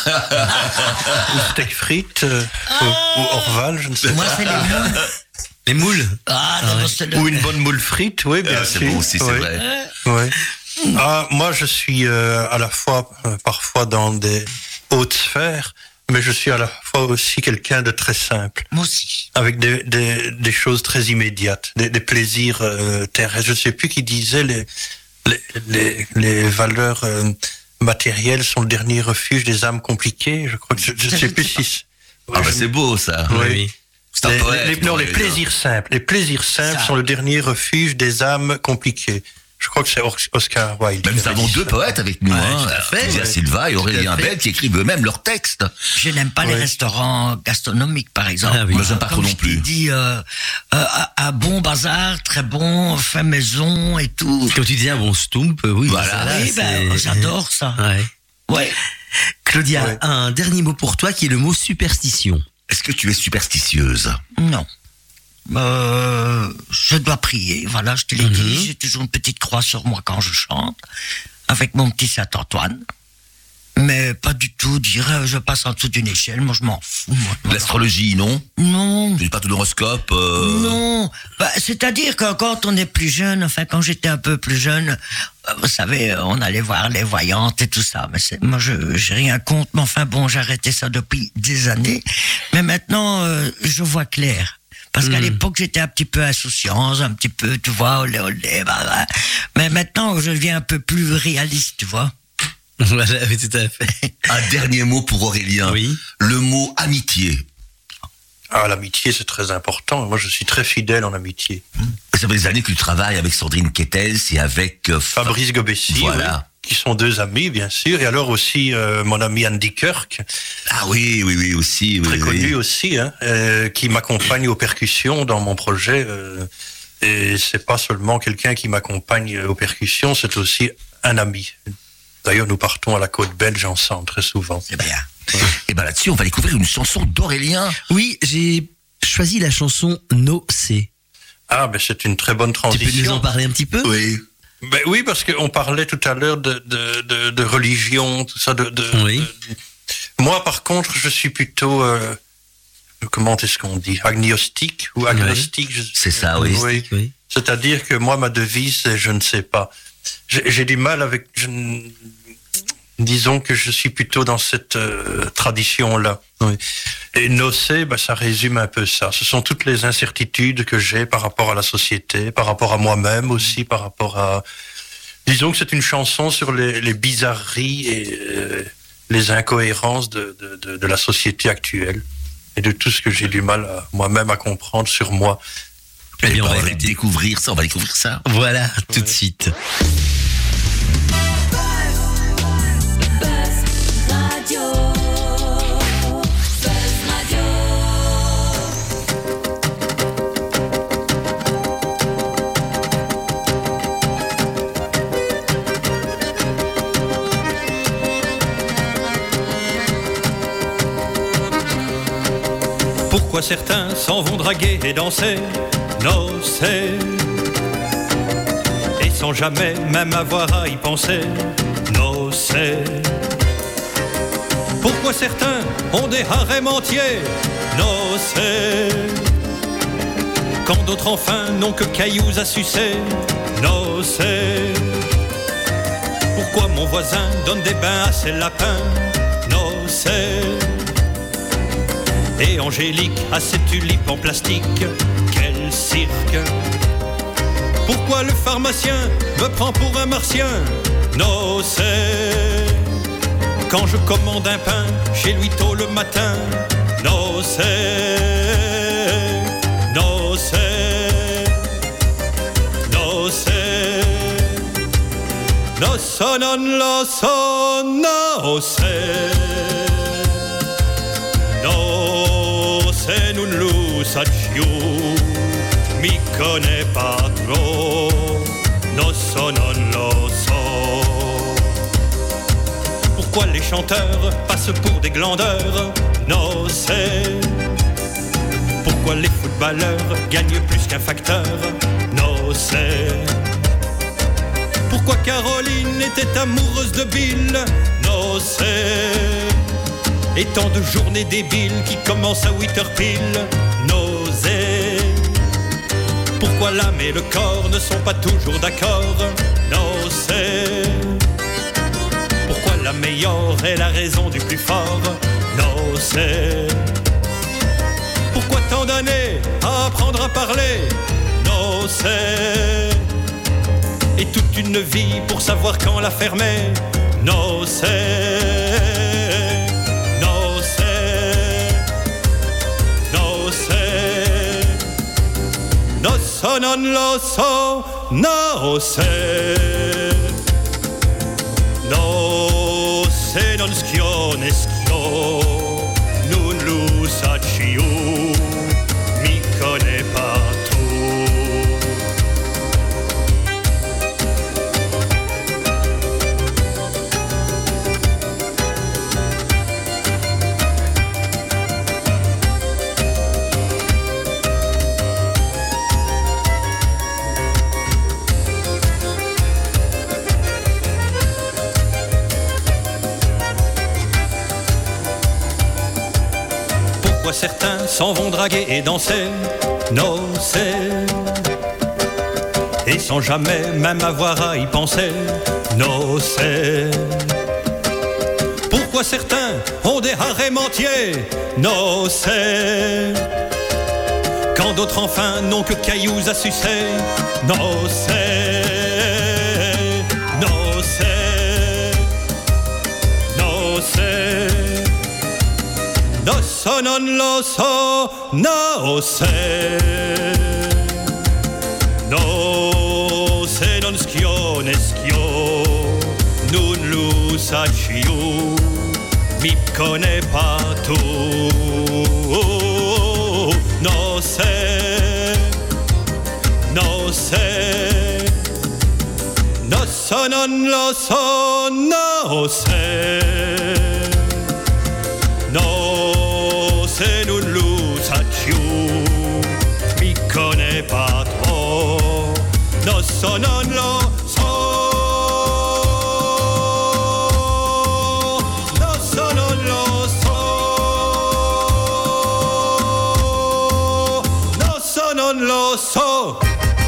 ou steak frites, euh, ou, ou orval, je ne sais Moi, pas. c'est les moules. Les moules? Ah, non, non, c'est le- Ou une bonne moule frite, oui, bien Ah, c'est sûr. bon aussi, c'est oui. vrai. Oui. Ah, moi, je suis euh, à la fois, euh, parfois dans des hautes sphères, mais je suis à la fois aussi quelqu'un de très simple, Moi aussi. avec des, des, des choses très immédiates, des, des plaisirs euh, terrestres. Je ne sais plus qui disait les, les, les, les valeurs euh, matérielles sont le dernier refuge des âmes compliquées. Je crois que je ne Ça, sais je plus ne sais si... Ah bah c'est beau ça. Oui. C'est un Les, poète, les- non, les Aurélien. plaisirs simples. Les plaisirs simples Ça. sont le dernier refuge des âmes compliquées. Je crois que c'est Or- Oscar Wilde. Bah, qui nous avait avons dit deux ça. poètes avec nous, Ouais, hein, tout à fait. Claudia Ouais. Silva et Aurélien Tout à fait. Bell, qui écrivent eux-mêmes leurs textes. Je n'aime pas les Ouais. restaurants gastronomiques, par exemple. Ah oui. Moi, j'aime pas Comme trop non je t'ai plus. dit, euh, euh, un bon bazar, très bon, fait maison et tout. Quand tu disais un bon stump, oui. Voilà. ça, là, oui, ben, c'est- j'adore ça. Ouais. Ouais. Claudia, Ouais. un dernier mot pour toi qui est le mot superstition. Est-ce que tu es superstitieuse? Non. euh, je dois prier. Voilà, je te l'ai dit. Mhm. J'ai toujours une petite croix sur moi quand je chante, avec mon petit Saint-Antoine. Mais pas du tout dire euh, je passe en dessous d'une échelle. Moi, je m'en fous. Moi. L'astrologie, non? Non. Tu n'as pas tout l'horoscope euh... Non, bah, c'est-à-dire que quand on est plus jeune, enfin quand j'étais un peu plus jeune, euh, vous savez, on allait voir les voyantes et tout ça. Mais c'est, moi, je j'ai rien contre. Mais enfin bon, j'ai arrêté ça depuis des années. Mais maintenant, euh, je vois clair. Parce qu'à Mm. l'époque, j'étais un petit peu insouciance, un petit peu, tu vois, olé olé. Bah, bah. Mais maintenant, je deviens un peu plus réaliste, tu vois. Voilà, oui, tout à fait. Un dernier mot pour Aurélien. Oui. Le mot amitié. Ah, l'amitié, c'est très important. Moi, je suis très fidèle en amitié. Ça fait des années que tu travailles avec Sandrine Kettels et avec euh, Fabrice Gobessi, Voilà. oui, qui sont deux amis, bien sûr. Et alors aussi, euh, mon ami Andy Kirk, Ah oui, oui, oui, aussi. très oui, connu oui. aussi, hein, euh, qui m'accompagne aux percussions dans mon projet. Euh, et c'est pas seulement quelqu'un qui m'accompagne aux percussions, c'est aussi un ami. D'ailleurs, nous partons à la côte belge ensemble très souvent. C'est bien. Et ben là-dessus, on va découvrir une chanson d'Aurélien. Oui, j'ai choisi la chanson No C. Ah, ben c'est une très bonne Tu peux nous en transition. parler un petit peu? Oui. Ben oui, parce qu'on parlait tout à l'heure de, de, de, de religion, tout ça. De, de, Oui. de- Moi, par contre, je suis plutôt, euh, comment est-ce qu'on dit, agnostique ou agnostique. je- C'est ça, oui. Oui. C'est-à-dire que moi, ma devise, c'est je ne sais pas. J'ai j'ai du mal avec. Je, ne- disons que je suis plutôt dans cette euh, tradition-là. Oui. Et nocé, bah, ça résume un peu ça. Ce sont toutes les incertitudes que j'ai par rapport à la société, par rapport à moi-même aussi, par rapport à. Disons que c'est une chanson sur les, les bizarreries et euh, les incohérences de, de, de, de la société actuelle et de tout ce que j'ai du mal à, moi-même à comprendre sur moi. Eh Et bien, ben, on on va va découvrir ça, on va découvrir ça. Voilà, tout de suite. Buzz Radio. Buzz Radio. Pourquoi certains s'en vont draguer et danser, nocer, et sans jamais même avoir à y penser, nocer. Pourquoi certains ont des harems entiers, nocer, quand d'autres enfin n'ont que cailloux à sucer, nocer. Pourquoi mon voisin donne des bains à ses lapins, nocer, et Angélique a ses tulipes en plastique, quel cirque. Pourquoi le pharmacien me prend pour un martien, nocé, quand je commande un pain chez lui tôt le matin, nocé, nocé, nocé, nosso non lo so, nocé. No, se non lo saccio, mi connais pas trop, no so non lo so. Pourquoi les chanteurs passent pour des glandeurs, no c'est. Pourquoi les footballeurs gagnent plus qu'un facteur, no c'est. Pourquoi Caroline était amoureuse de Bill, no c'est. Et tant de journées débiles qui commencent à huit heures pile, nausées. Pourquoi l'âme et le corps ne sont pas toujours d'accord, nausées. Pourquoi la meilleure est la raison du plus fort, nausées. Pourquoi tant d'années à apprendre à parler, nausées. Et toute une vie pour savoir quand la fermer, nausées. No non lo so, no se. No se non schione schio, non lo saccio, mi connais pas tu. Pourquoi certains s'en vont draguer et danser, nocer, et sans jamais même avoir à y penser, nocer. Pourquoi certains ont des harems entiers, nocer, quand d'autres enfin n'ont que cailloux à sucer, nocer, nocer, nocer. Dosso non lo so, nocer, nocer non schio ne schio, non lo saccio, mi connais pas tout, nocer, nocer, dosso non lo so, nocer. No, se non lo saccio, mi connais pas trop. No, so non lo so. No, so non lo so. No, so non lo so.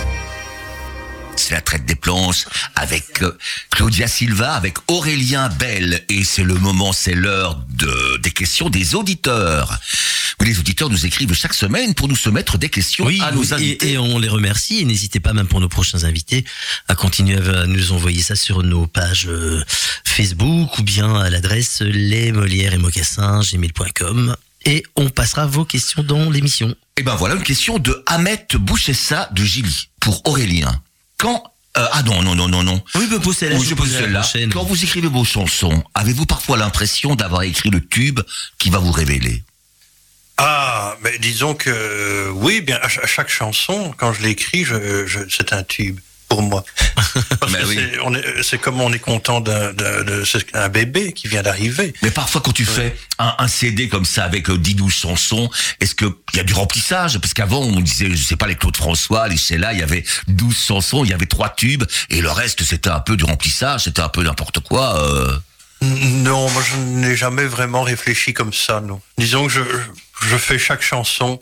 C'est la traite des planches avec euh, Claudia Silva, avec Aurélien Bell. Et c'est le moment, c'est l'heure de, des questions des auditeurs. Oui, les auditeurs nous écrivent chaque semaine pour nous soumettre des questions Oui, à nos et, invités. et on les remercie. Et n'hésitez pas, même pour nos prochains invités, à continuer à nous envoyer ça sur nos pages euh, Facebook ou bien à l'adresse les Molières et Mocassins gmail point com. Et on passera vos questions dans l'émission. Et ben voilà une question de Ahmet Bouchessa de Gilly pour Aurélien. Quand euh, ah non non non non non. Oui, mais posez-la. Oui, je pose celle-là. Quand vous écrivez vos chansons, avez-vous parfois l'impression d'avoir écrit le tube qui va vous révéler? Ah, mais disons que oui, bien à chaque chanson, quand je l'écris, je, je, c'est un tube pour moi. Parce Mais que oui. c'est, on est, c'est comme on est content d'un, d'un, de, c'est un bébé qui vient d'arriver. Mais parfois, quand tu Oui. fais un, un C D comme ça avec dix douze chansons, est-ce que il y a du remplissage? Parce qu'avant, on disait, je sais pas, les Claude François, les Sheila, il y avait douze chansons, il y avait trois tubes, et le reste, c'était un peu du remplissage, c'était un peu n'importe quoi. Euh... Non, moi je n'ai jamais vraiment réfléchi comme ça, non. Disons que je, je fais chaque chanson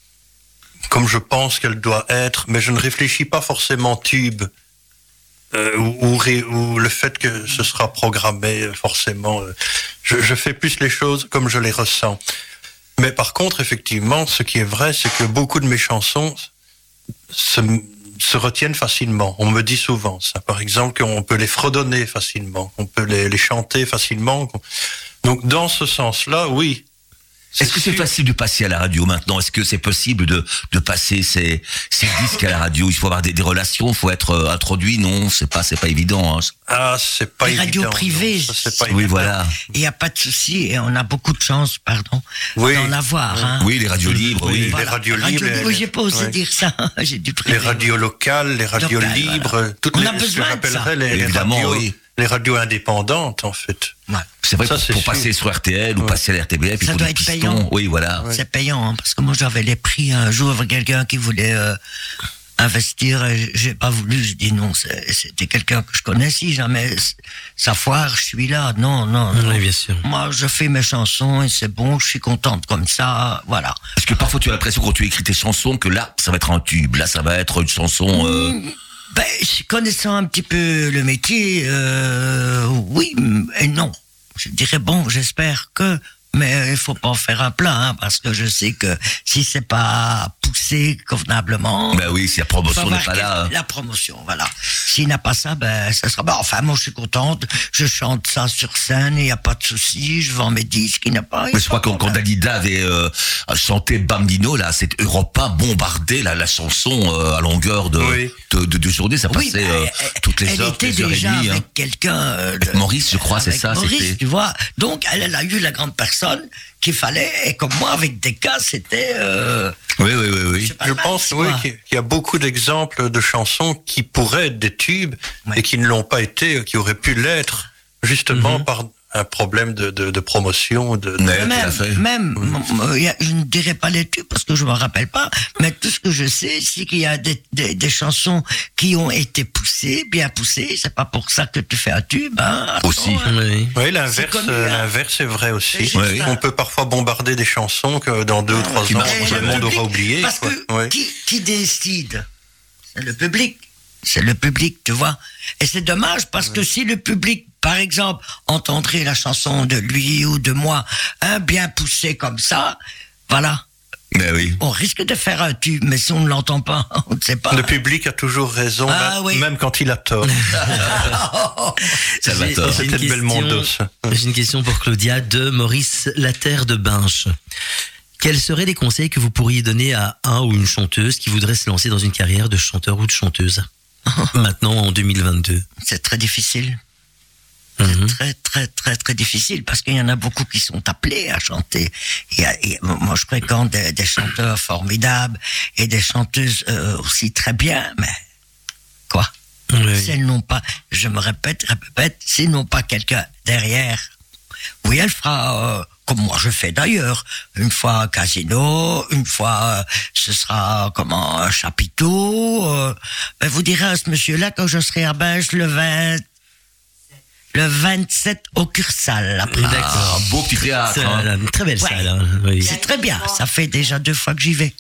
comme je pense qu'elle doit être, mais je ne réfléchis pas forcément tube, euh, ou, ou, ré, ou le fait que ce sera programmé forcément. Euh, je, je fais plus les choses comme je les ressens. Mais par contre, effectivement, ce qui est vrai, c'est que beaucoup de mes chansons se, se retiennent facilement. On me dit souvent ça. Par exemple, qu'on peut les fredonner facilement, qu'on peut les, les chanter facilement. Donc, dans ce sens-là, oui. Est-ce que c'est sûr. facile de passer à la radio maintenant? Est-ce que c'est possible de, de passer ces, ces disques à la radio? Il faut avoir des, des relations, il faut être euh, introduit. Non, c'est pas, c'est pas évident. Hein. Ah, c'est pas Les évident. radios privées. non, ça, c'est pas Oui, évident. voilà. Il n'y a pas de souci et on a beaucoup de chance, pardon, Oui. d'en avoir. Hein. Oui, les radios libres, oui. Les Voilà. radios Radio libres, libre, les- j'ai pas osé ouais. dire ça. J'ai dû Les priver. radios locales, les radios Locales, libres, voilà. toutes On les, a ce que besoin de j'appellerais ça. les, les Évidemment, radios, oui. les radios indépendantes, en fait. Ouais. C'est vrai, Ça, pour, c'est pour sûr. passer sur R T L ou Ouais. passer à la R T B F, il Ça faut doit des être pistons. payant. Oui, voilà. C'est payant, hein, parce que moi j'avais les pris un jour avec quelqu'un qui voulait euh, investir et j'ai pas voulu, je dis non, c'est- c'était quelqu'un que je connais, si jamais ça foire, je suis là, non, non, non. Oui, bien sûr. Moi je fais mes chansons et c'est bon, je suis contente comme ça, voilà. Parce que parfois tu as l'impression quand tu écris tes chansons que là, ça va être un tube. Là, ça va être une chanson. Euh... Ben, connaissant un petit peu le métier, euh, oui et non. Je dirais bon, j'espère que, mais il faut pas en faire un plat, hein, parce que je sais que si c'est pas poussé convenablement. Ben oui, si la promotion faut n'est avoir pas là. quel- hein. La promotion, voilà. S'il n'a pas ça, ben, ça sera. Ben, enfin, moi, je suis contente. Je chante ça sur scène, il n'y a pas de souci. Je vends mes disques, il n'y a pas. Mais je crois quand, quand Dalida avait euh, chanté Bambino, là, c'est Europe un bombardé la, la chanson euh, à longueur de, Oui. de, de, de journée. Ça Oui, passait ben, euh, elle- toutes les elle heures, était toutes les heures et déjà demie. avec hein. quelqu'un. euh, Avec de- Maurice, je crois, c'est avec ça, Maurice, c'était- tu vois. Donc, elle, elle a eu la grande personne qu'il fallait. Et comme moi, avec des cas, c'était. Euh, Oui, oui, oui, oui. c'est pas Je mal, pense, quoi. oui, qu'il y a beaucoup d'exemples de chansons qui pourraient être des tubes Ouais. et qui ne l'ont pas été, qui auraient pu l'être, justement Mhm. par un problème de, de, de promotion. De, de... Ouais, tout à Même, fait. même euh, y a- je ne dirais pas les tubes parce que je ne me rappelle pas, mais tout ce que je sais, c'est qu'il y a des, des, des chansons qui ont été poussées, bien poussées. C'est pas pour ça que tu fais un tube. Hein. Attends, Aussi. hein. Oui. Oui, C'est l'inverse, connu, euh, hein. l'inverse est vrai C'est aussi. juste Ouais, ça. On peut parfois bombarder des chansons que dans deux ou trois qui ans, marchent Et tout le le monde public, aura oublié. Parce quoi. que Ouais. qui, qui décide? C'est le public. C'est le public, tu vois. Et c'est dommage parce que si le public, par exemple, entendrait la chanson de lui ou de moi, hein, bien poussée comme ça, voilà, Mais oui. on risque de faire un tube. Mais si on ne l'entend pas, on ne sait pas. Le public a toujours raison, Ah, même, oui. même quand il a tort. Salvatore. J'ai- j'ai une C'était de Belmondo, question- ça. J'ai une question pour Claudia de Maurice Laterre de Binche. Quels seraient les conseils que vous pourriez donner à un ou une chanteuse qui voudrait se lancer dans une carrière de chanteur ou de chanteuse maintenant en deux mille vingt-deux? C'est très difficile. Mhm. C'est très, très, très, très difficile parce qu'il y en a beaucoup qui sont appelés à chanter. Il y a- il y a- moi, je fréquente des, des chanteurs formidables et des chanteuses euh, aussi très bien, mais quoi? Oui. Si elles n'ont pas, je me répète, répète, s'ils n'ont pas quelqu'un derrière, oui, elle fera, euh, comme moi je fais d'ailleurs, une fois un casino, une fois euh, ce sera comment un chapiteau. Euh, ben, vous direz à ce monsieur-là quand je serai à Binche le vingt, le vingt-sept au Cursal après. D'accord. Un beau petit théâtre. C'est hein. une très belle Ouais. salle. hein, oui. C'est très bien, ça fait déjà deux fois que j'y vais.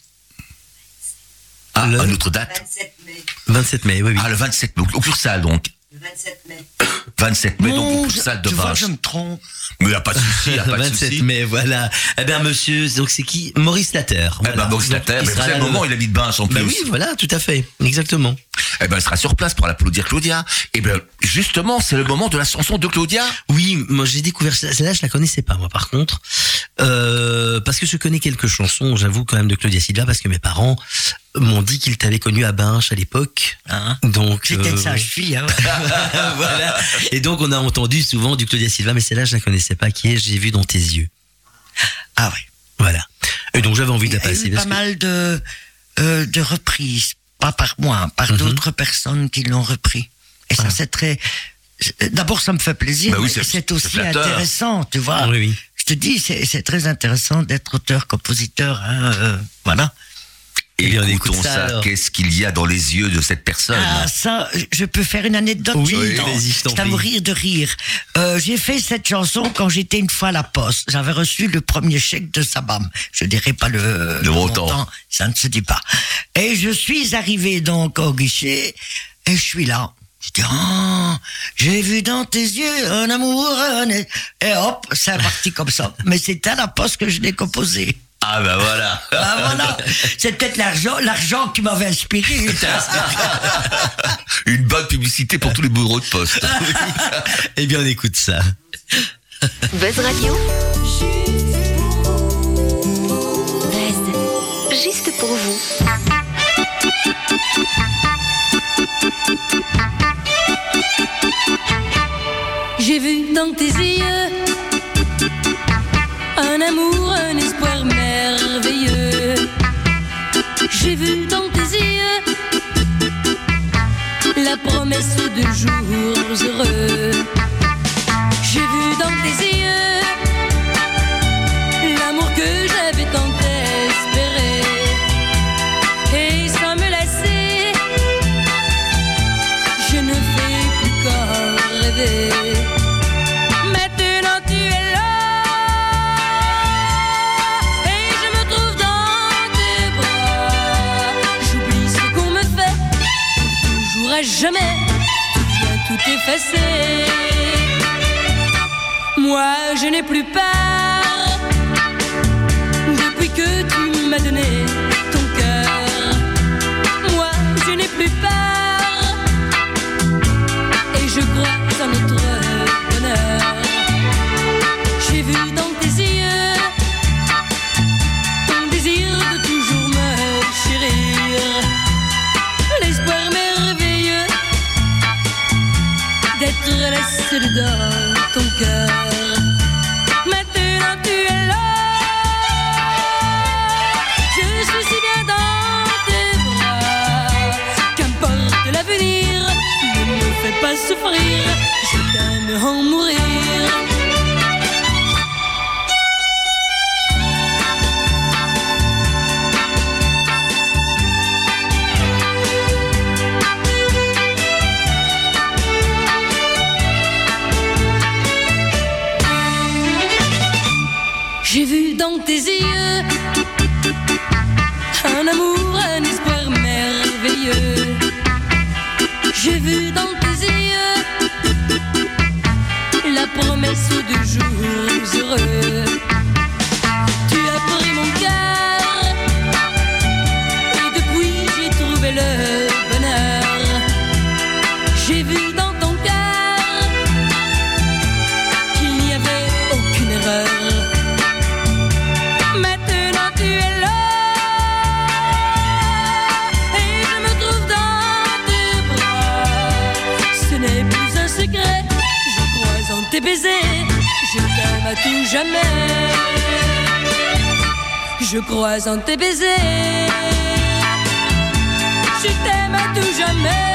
Ah, Le- une autre date. vingt-sept mai. vingt-sept mai, oui, oui. Ah, le vingt-sept mai, au Cursal, donc. Le vingt-sept mai. vingt-sept mai, donc au Non, je- Cursal de tu vois, Binche. je me trompe. Mais il n'y a pas de souci, il n'y a pas de vingt-sept souci. mai, voilà. Eh bien, monsieur, donc c'est qui? Maurice Laterre. Eh ben, Maurice Donc, Laterre, il mais vous sera savez, là le moment, le- il habite Binche en plus. Bah oui, voilà, tout à fait. Exactement. Eh ben, elle sera sur place pour l'applaudir Claudia. Eh ben, justement, c'est le moment de la chanson de Claudia. Oui, moi j'ai découvert ça. Celle-là, je la connaissais pas, moi, par contre. Euh, parce que je connais quelques chansons, j'avoue, quand même, de Claudia Silva, parce que mes parents m'ont dit qu'ils t'avaient connu à Binche à l'époque. Hein. Donc, J'étais une euh, sage fille. Hein. voilà. Et donc, on a entendu souvent du Claudia Silva, mais celle-là, je la connaissais pas, qui est J'ai vu dans tes yeux. Ah oui. Voilà. Et donc, j'avais envie de Il la y a passer. eu parce pas que- mal de, euh, de reprises, pas par moi, par Mhm. d'autres personnes qui l'ont repris. Et ça, Ah. c'est très... D'abord, ça me fait plaisir, Bah oui, mais c'est- c'est c'est aussi flatteur. intéressant, tu vois. Oui, oui. Je te dis, c'est c'est très intéressant d'être auteur-compositeur. Hein, euh, voilà. Eh bien, on Écoutons écoute ça, ça. alors. Qu'est-ce qu'il y a dans les yeux de cette personne? Ah, ça, je peux faire une anecdote. Oui, tu oui, vas-y, je t'en C'est à prie. mourir de rire. Euh, j'ai fait cette chanson quand j'étais une fois à la poste. J'avais reçu le premier chèque de Sabam. Je dirais pas le, Le montant. ça ne se dit pas. Et je suis arrivé donc au guichet et je suis là. Je dis, ah, j'ai vu dans tes yeux un amour, un... et hop, c'est parti comme ça. Mais c'était à la poste que je l'ai composé. Ah ben voilà. Ah voilà, c'est peut-être l'argent, l'argent qui m'avait inspiré. Une bonne publicité pour tous les bureaux de poste. Eh bien, on écoute ça. Buzz Radio. Buzz. Juste pour vous. J'ai vu dans tes yeux un amour, un espoir merveilleux. J'ai vu dans tes yeux la promesse de jours heureux. J'ai vu dans tes yeux l'amour que j'avais tant espéré. Et sans me lasser, je ne fais plus qu'en rêver. Maintenant tu es là et je me trouve dans tes bras. J'oublie ce qu'on me fait, toujours à jamais, tu viens tout effacer. Moi je n'ai plus peur depuis que tu m'as donné ton cœur. Moi je n'ai plus peur et je crois en notre bonheur. J'ai vu dans tes yeux ton désir de toujours me chérir, l'espoir merveilleux d'être la seule dans ton cœur. Maintenant tu es là, je suis si bien dans tes bras. Qu'importe l'avenir, ne me fais pas souffrir, je t'aime en mourir. baiser. Je t'aime à tout jamais. Je crois en tes baisers. Je t'aime à tout jamais.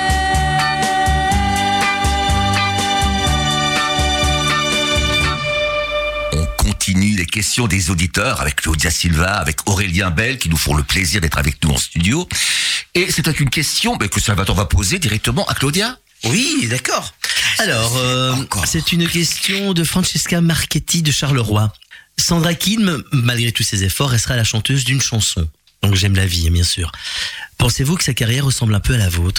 Continue les questions des auditeurs avec Claudia Silva, avec Aurélien Bell qui nous font le plaisir d'être avec nous en studio. Et c'est une question que Salvatore va poser directement à Claudia. Oui, d'accord. Alors, euh, c'est une question de Francesca Marchetti de Charleroi. Sandra Kidd, malgré tous ses efforts, restera la chanteuse d'une chanson. Donc j'aime la vie, bien sûr. Pensez-vous que sa carrière ressemble un peu à la vôtre ?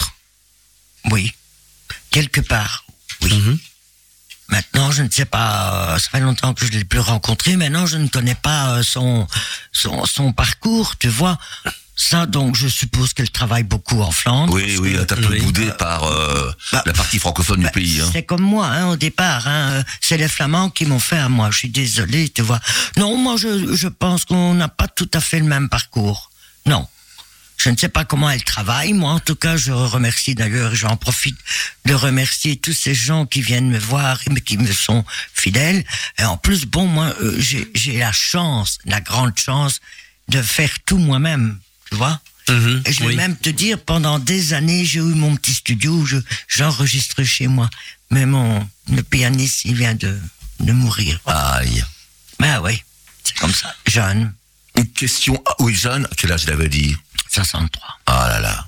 Oui, quelque part, oui. Mm-hmm. Maintenant, je ne sais pas, euh, ça fait longtemps que je ne l'ai plus rencontré, maintenant je ne connais pas euh, son, son, son parcours, tu vois. Ça, donc, je suppose qu'elle travaille beaucoup en Flandre. Oui, oui, elle est un peu oui. boudée par euh, bah, la partie francophone bah, du pays. Hein. C'est comme moi, hein, au départ. Hein, c'est les Flamands qui m'ont fait à moi. Je suis désolé, tu vois. Non, moi, je, je pense qu'on n'a pas tout à fait le même parcours. Non. Je ne sais pas comment elle travaille. Moi, en tout cas, je remercie d'ailleurs, j'en profite de remercier tous ces gens qui viennent me voir et qui me sont fidèles. Et en plus, bon, moi, euh, j'ai, j'ai la chance, la grande chance de faire tout moi-même, tu vois. Mmh, et je vais oui. même te dire, pendant des années, j'ai eu mon petit studio où je, j'enregistre chez moi. Mais mon, le pianiste, il vient de, de mourir. Aïe. Ben oui, c'est comme ça. Jeune, Une question, ah, oui, jeune, à quel âge l'avait dit? soixante-trois. Ah là là.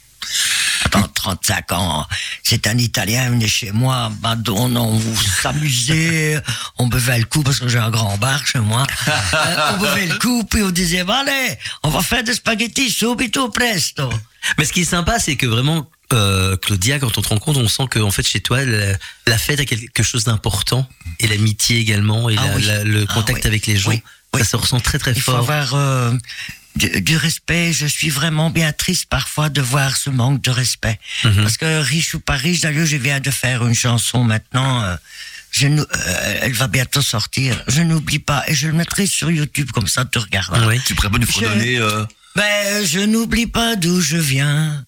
Pendant trente-cinq ans, c'est un Italien venu chez moi, ben, on, on s'amusait, on buvait le coup parce que j'ai un grand bar chez moi. Euh, on buvait le coup, puis on disait, ben, allez, on va faire des spaghettis subito presto. Mais ce qui est sympa, c'est que vraiment, euh, Claudia, quand on te rencontre, on sent que en fait, chez toi, la, la fête a quelque chose d'important, et l'amitié également, et Ah la, oui. la, le Ah contact oui. avec les gens. Oui, oui. Ça se ressent très très Il faut fort. avoir euh, du, du respect. Je suis vraiment bien triste parfois de voir ce manque de respect. Mhm. Parce que riche ou pas riche, d'ailleurs, je viens de faire une chanson maintenant. Euh, je nou- euh, elle va bientôt sortir. Je n'oublie pas. Et je le mettrai sur YouTube, comme ça tu regarderas. Oui. Tu pourrais pas nous Je- fredonner euh... Ben, je n'oublie pas d'où je viens.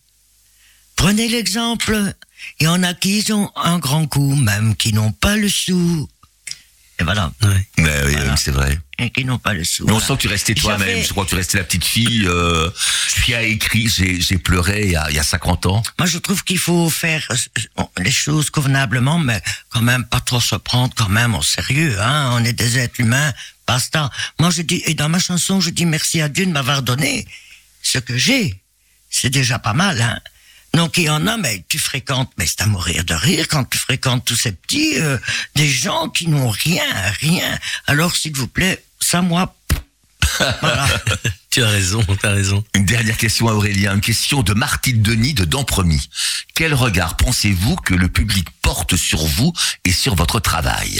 Prenez l'exemple. Il y en a qui ont un grand coup, même qui n'ont pas le sou. Et voilà. Ouais. Mais oui, Voilà. oui, c'est vrai. Et qui n'ont pas le sou. Mais on Voilà. sent que tu restais toi-même. J'avais- Je crois que tu restais la petite fille euh, qui a écrit J'ai, j'ai pleuré il y, a, il y a cinquante ans. Moi, je trouve qu'il faut faire euh, les choses convenablement, mais quand même pas trop se prendre quand même au sérieux. Hein. On est des êtres humains, basta. Moi, je dis, et dans ma chanson, je dis merci à Dieu de m'avoir donné ce que j'ai. C'est déjà pas mal, hein. Donc, il y en a, mais tu fréquentes, mais c'est à mourir de rire quand tu fréquentes tous ces petits, euh, des gens qui n'ont rien, rien. Alors, s'il vous plaît, ça, moi, voilà. Tu as raison, tu as raison. Une dernière question à Aurélien, une question de Martine Denis de Dampremy. Quel regard pensez-vous que le public porte sur vous et sur votre travail?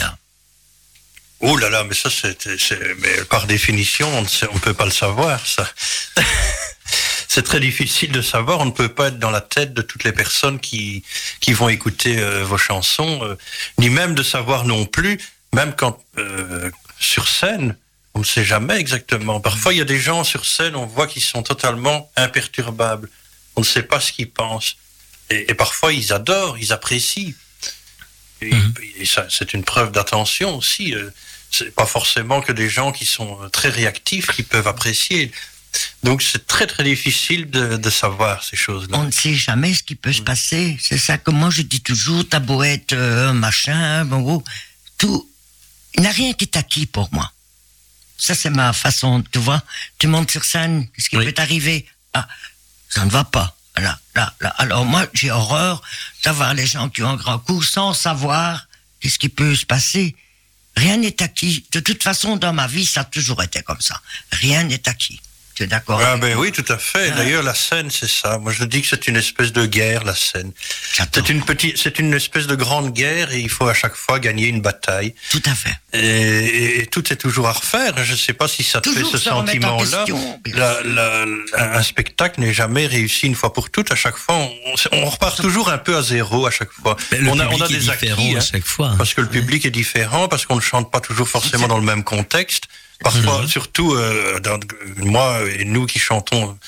Oh là là, mais ça, c'est, c'est mais par définition, on ne sait, on peut pas le savoir, ça. C'est très difficile de savoir. On ne peut pas être dans la tête de toutes les personnes qui qui vont écouter euh, vos chansons, euh, ni même de savoir non plus, même quand euh, sur scène, on ne sait jamais exactement. Parfois, il y a des gens sur scène, on voit qu'ils sont totalement imperturbables. On ne sait pas ce qu'ils pensent, et, et parfois ils adorent, ils apprécient. Et, Mhm. et ça, c'est une preuve d'attention aussi. euh, C'est pas forcément que des gens qui sont très réactifs qui peuvent apprécier. Donc c'est très très difficile de, de savoir ces choses-là. On ne sait jamais ce qui peut se passer. C'est ça que moi je dis toujours, t'as beau être euh, machin, bon, gros, tout, il n'y a rien qui est acquis pour moi. Ça c'est ma façon, tu vois. Tu montes sur scène, qu'est-ce qui Oui. peut t'arriver? Ah, ça ne va pas. Là, là, là. Alors moi j'ai horreur d'avoir les gens qui ont un grand coup sans savoir qu'est-ce qui peut se passer. Rien n'est acquis. De toute façon, dans ma vie, ça a toujours été comme ça. Rien n'est acquis. Tu es d'accord? Ah avec ben moi? oui, tout à fait. Ah. D'ailleurs, la scène, c'est ça. Moi, je dis que c'est une espèce de guerre, la scène. J'adore. C'est une petite, c'est une espèce de grande guerre et il faut à chaque fois gagner une bataille. Tout à fait. Et, et tout est toujours à refaire. Je ne sais pas si ça te Toujours fait ce se remettre en sentiment-là. question, bien La, la, un spectacle n'est jamais réussi une fois pour toutes. À chaque fois, on, on repart toujours un peu à zéro à chaque fois. Mais le on a, public on a est des différent acquis, à hein, chaque fois. parce que le public est différent, parce qu'on ne chante pas toujours forcément dans le même contexte. Parfois, Mhm. surtout euh, dans, moi et nous qui chantons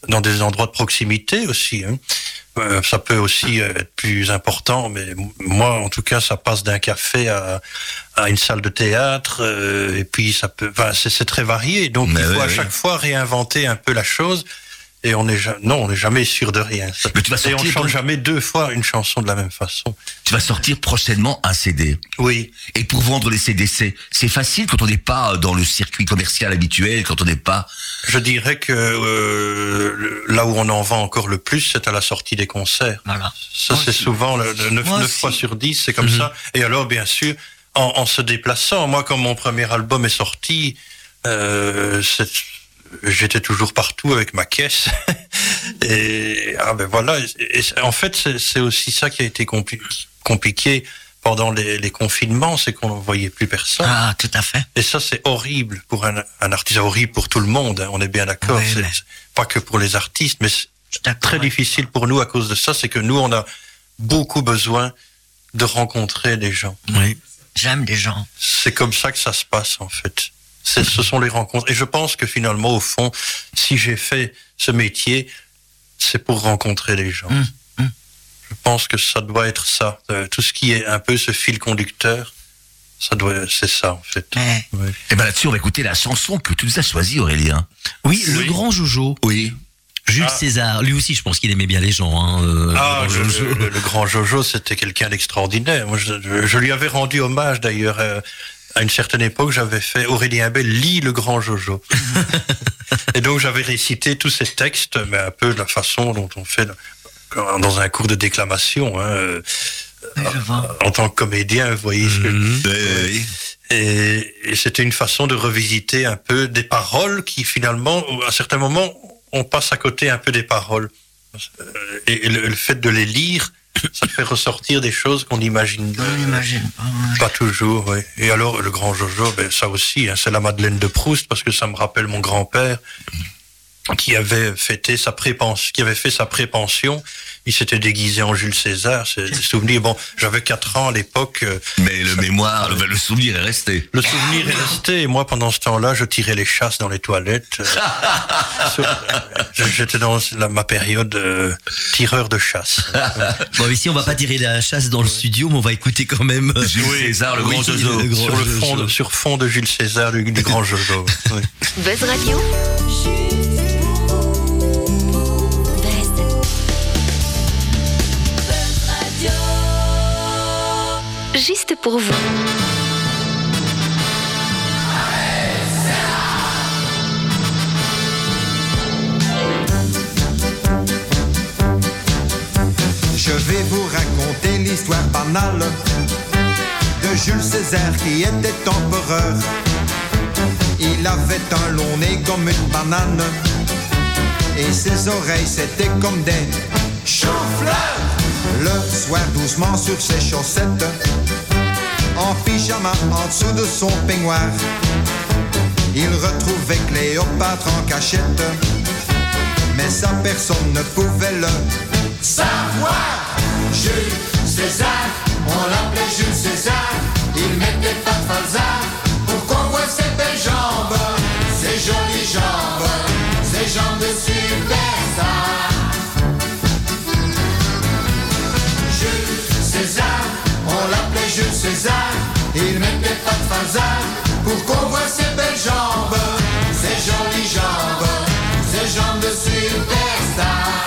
dans des endroits de proximité aussi. Hein. Euh, ça peut aussi être plus important, mais moi, en tout cas, ça passe d'un café à, à une salle de théâtre, euh, et puis ça peut, enfin, c'est, c'est très varié. Donc, mais il faut oui, à oui. chaque fois réinventer un peu la chose. Et on est ja- non, on n'est jamais sûr de rien. Mais tu vas sortir, et on ne chante jamais deux fois une chanson de la même façon. Tu vas sortir prochainement un C D. Oui. Et pour vendre les C D, c'est, c'est facile quand on n'est pas dans le circuit commercial habituel, quand on n'est pas... Je dirais que euh, là où on en vend encore le plus, c'est à la sortie des concerts. Voilà. Ça, Moi c'est aussi. souvent le, le neuf fois sur dix, c'est comme mm-hmm. ça. Et alors, bien sûr, en, en se déplaçant, moi, quand mon premier album est sorti, euh, c'est... j'étais toujours partout avec ma caisse. Et ah ben voilà. Et, et en fait, c'est, c'est aussi ça qui a été compli- compliqué pendant les, les confinements, c'est qu'on ne voyait plus personne. Ah, tout à fait. Et ça, c'est horrible pour un, un artiste, horrible pour tout le monde. Hein, on est bien d'accord. Oui, c'est, mais... c'est pas que pour les artistes, mais c'est très difficile pour nous à cause de ça. C'est que nous, on a beaucoup besoin de rencontrer des gens. Oui. J'aime les gens. C'est comme ça que ça se passe, en fait. C'est, ce sont les rencontres. Et je pense que finalement, au fond, si j'ai fait ce métier, c'est pour rencontrer les gens. Mmh, mmh. Je pense que ça doit être ça. Euh, tout ce qui est un peu ce fil conducteur, ça doit, c'est ça, en fait. Mais... Oui. Et ben là-dessus, on va écouter la chanson que tu nous as choisie, Aurélien. Oui, oui. Le Grand Jojo. Oui. Jules ah. César, lui aussi, je pense qu'il aimait bien les gens. Hein, euh, ah, le, le, le, le Grand Jojo, c'était quelqu'un d'extraordinaire. Moi, je, je, je lui avais rendu hommage, d'ailleurs. Euh, À une certaine époque, j'avais fait Aurélien Bell lit le Grand Jojo. Et donc, j'avais récité tous ces textes, mais un peu de la façon dont on fait dans un cours de déclamation. Hein, en, en tant que comédien, vous voyez. Mmh. Ce que, oui. et, et c'était une façon de revisiter un peu des paroles qui, finalement, à certains moments, on passe à côté un peu des paroles. Et, et le, le fait de les lire, ça fait ressortir des choses qu'on imagine, on imagine pas, ouais. pas toujours. Oui. Et alors le Grand Jojo, ben ça aussi, hein, c'est la Madeleine de Proust parce que ça me rappelle mon grand-père qui avait fêté sa prépension, qui avait fait sa prépension. Il s'était déguisé en Jules César. C'est des souvenirs. Bon, j'avais quatre ans à l'époque. Mais le ça, mémoire, le, le souvenir est resté. Le souvenir est resté. Et moi, pendant ce temps-là, je tirais les chasses dans les toilettes. J'étais dans la, ma période euh, tireur de chasse. Bon, ici, on va pas tirer la chasse dans le studio, mais on va écouter quand même Jules oui, César, le oui, Grand Jojo. Le grand sur, le Jojo. fond de, sur fond de Jules César, du, du Grand Jojo. Oui. Buzz Radio. Juste pour vous. Je vais vous raconter l'histoire banale de Jules César qui était empereur. Il avait un long nez comme une banane et ses oreilles c'était comme des choux-fleurs. Le soir doucement sur ses chaussettes, en pyjama en dessous de son peignoir, il retrouvait Cléopâtre en cachette, mais ça personne ne pouvait le savoir. Jules César, on l'appelait Jules César, il mettait pas de falzar pour qu'on voit ses belles jambes, ses jolies jambes, ses jambes de superstar. César, on l'appelait Jules César, il mettait pas de falzar pour qu'on voit ses belles jambes, ses jolies jambes, ses jambes de superstar.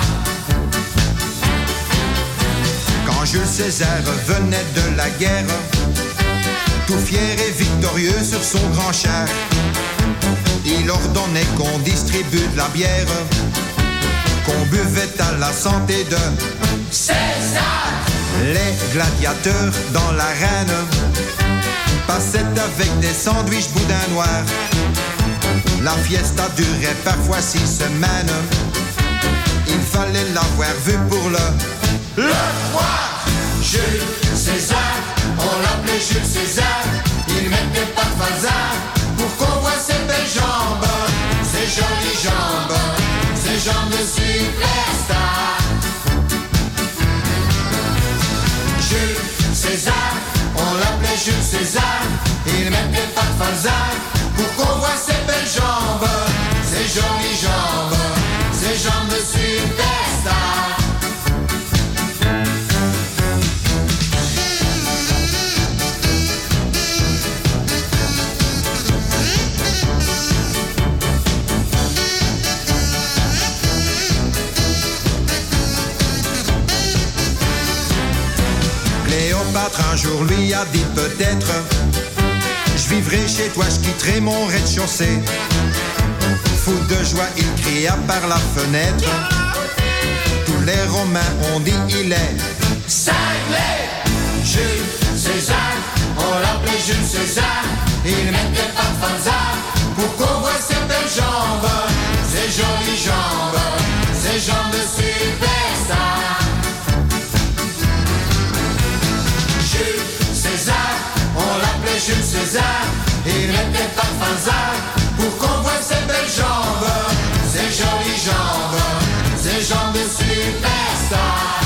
Quand Jules César revenait de la guerre, tout fier et victorieux sur son grand char, il ordonnait qu'on distribue de la bière, qu'on buvait à la santé de César. Les gladiateurs dans l'arène passaient avec des sandwichs boudin noir. La fiesta durait parfois six semaines. Il fallait l'avoir vu pour le le voir. Jules César, on l'appelait Jules César. Il mettait pas de falzar pour qu'on voit ses belles jambes, ses jolies jambes, ses jambes de superstar. Jules César, on l'appelait Jules César, il mettait pas de falzar pour qu'on voit ses belles jambes, ses jolies jambes, ses jambes de théâtre un jour lui a dit peut-être, je vivrai chez toi, je quitterai mon rez-de-chaussée. Fou de joie, il cria par la fenêtre. Tous les Romains ont dit il est cinglé. Jules César, on l'appelait Jules César. Il mettait pas de fanzar pour qu'on voit ses belles jambes, ses jolies jambes, ses jambes de superstar. Jules César, on l'appelait Jules César. Il mettait pas de fanzar pour qu'on voit ses belles jambes, ses jolies jambes, ses jambes de superstar.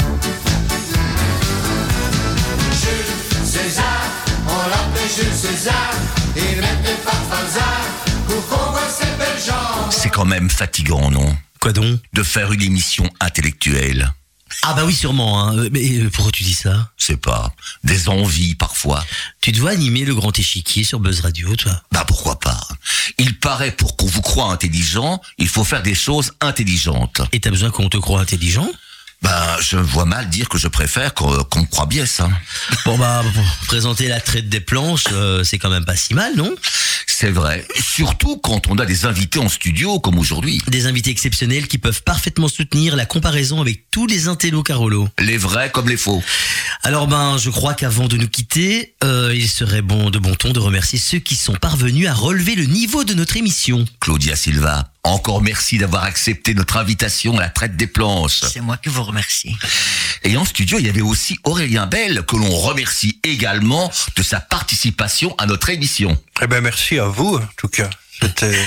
Jules César, on l'appelait Jules César. Il mettait pas de fanzar pour qu'on voit ses belles jambes. C'est quand même fatigant, non? Quoi donc? De faire une émission intellectuelle. Ah bah oui, sûrement. Hein. Mais pourquoi tu dis ça? C'est pas. Des envies, parfois. Tu dois animer le grand échiquier sur Buzz Radio, toi. Bah pourquoi pas. Il paraît, pour qu'on vous croie intelligent, il faut faire des choses intelligentes. Et t'as besoin qu'on te croie intelligent? Bah, je vois mal dire que je préfère qu'on, qu'on me croie bien ça. Bon bah, pour présenter la traite des planches, euh, c'est quand même pas si mal, non? C'est vrai. Surtout quand on a des invités en studio, comme aujourd'hui. Des invités exceptionnels qui peuvent parfaitement soutenir la comparaison avec tous les intellos Carolo. Les vrais comme les faux. Alors ben, je crois qu'avant de nous quitter, euh, il serait bon de bon ton de remercier ceux qui sont parvenus à relever le niveau de notre émission. Claudia Silva, encore merci d'avoir accepté notre invitation à la traite des planches. C'est moi qui vous remercie. Et en studio, il y avait aussi Aurélien Bell, que l'on remercie également de sa participation à notre émission. Eh ben merci à vous, en tout cas. C'était...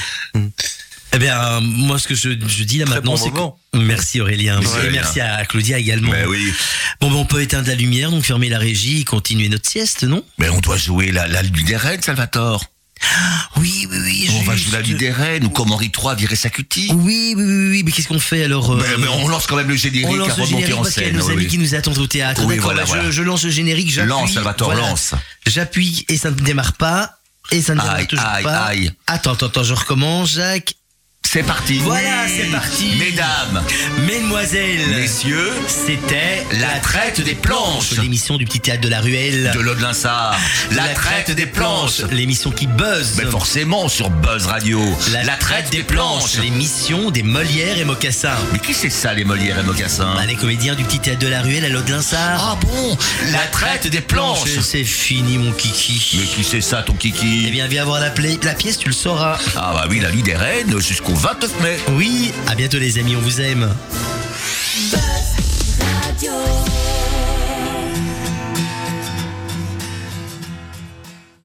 Eh bien, moi, ce que je, je dis là Très maintenant, bon c'est moment. que... Merci Aurélien. Ouais, et merci à Claudia également. Mais oui. Bon, ben, on peut éteindre la lumière, donc fermer la régie et continuer notre sieste, non? Mais on doit jouer la, la Nuit des Reines, Salvatore. Oui, oui, oui. On va juste- jouer la Nuit des Reines, ou comme Henri trois virait sa cutie. Oui, oui, oui, oui, mais qu'est-ce qu'on fait alors? euh, Mais, mais on lance quand même le générique on lance avant le de monter générique en parce qu'il y a scène. nos oui, amis oui. qui nous attendent au théâtre. Oui, D'accord, voilà, bah, voilà. Je, je lance le générique, j'appuie. Lance, Salvatore, lance. J'appuie et ça ne démarre pas. Et ça ne démarre Aïe, toujours aïe, pas. aïe. Attends, attends, attends, je recommence, Jacques. C'est parti. Voilà, Oui. c'est parti. Mesdames, Mesdemoiselles, messieurs, c'était la traite des planches. l'émission du petit théâtre de la Ruelle. De l'Aude-Linsard. La, traite des planches. L'émission qui buzz. Mais forcément sur Buzz Radio. La, traite des planches. L'émission des Molières et Mocassins. Mais qui c'est ça, les Molières et Mocassins? Bah, les comédiens du petit théâtre de la Ruelle à l'Aude-Linsard. Ah bon? La traite des planches. C'est fini, mon kiki. Mais qui c'est ça, ton kiki? Eh bien, viens voir la, pla- la pièce, tu le sauras. Ah bah oui, la Nuit des Reines jusqu'au vingt-neuf mai. Oui, à bientôt les amis, on vous aime. Buzz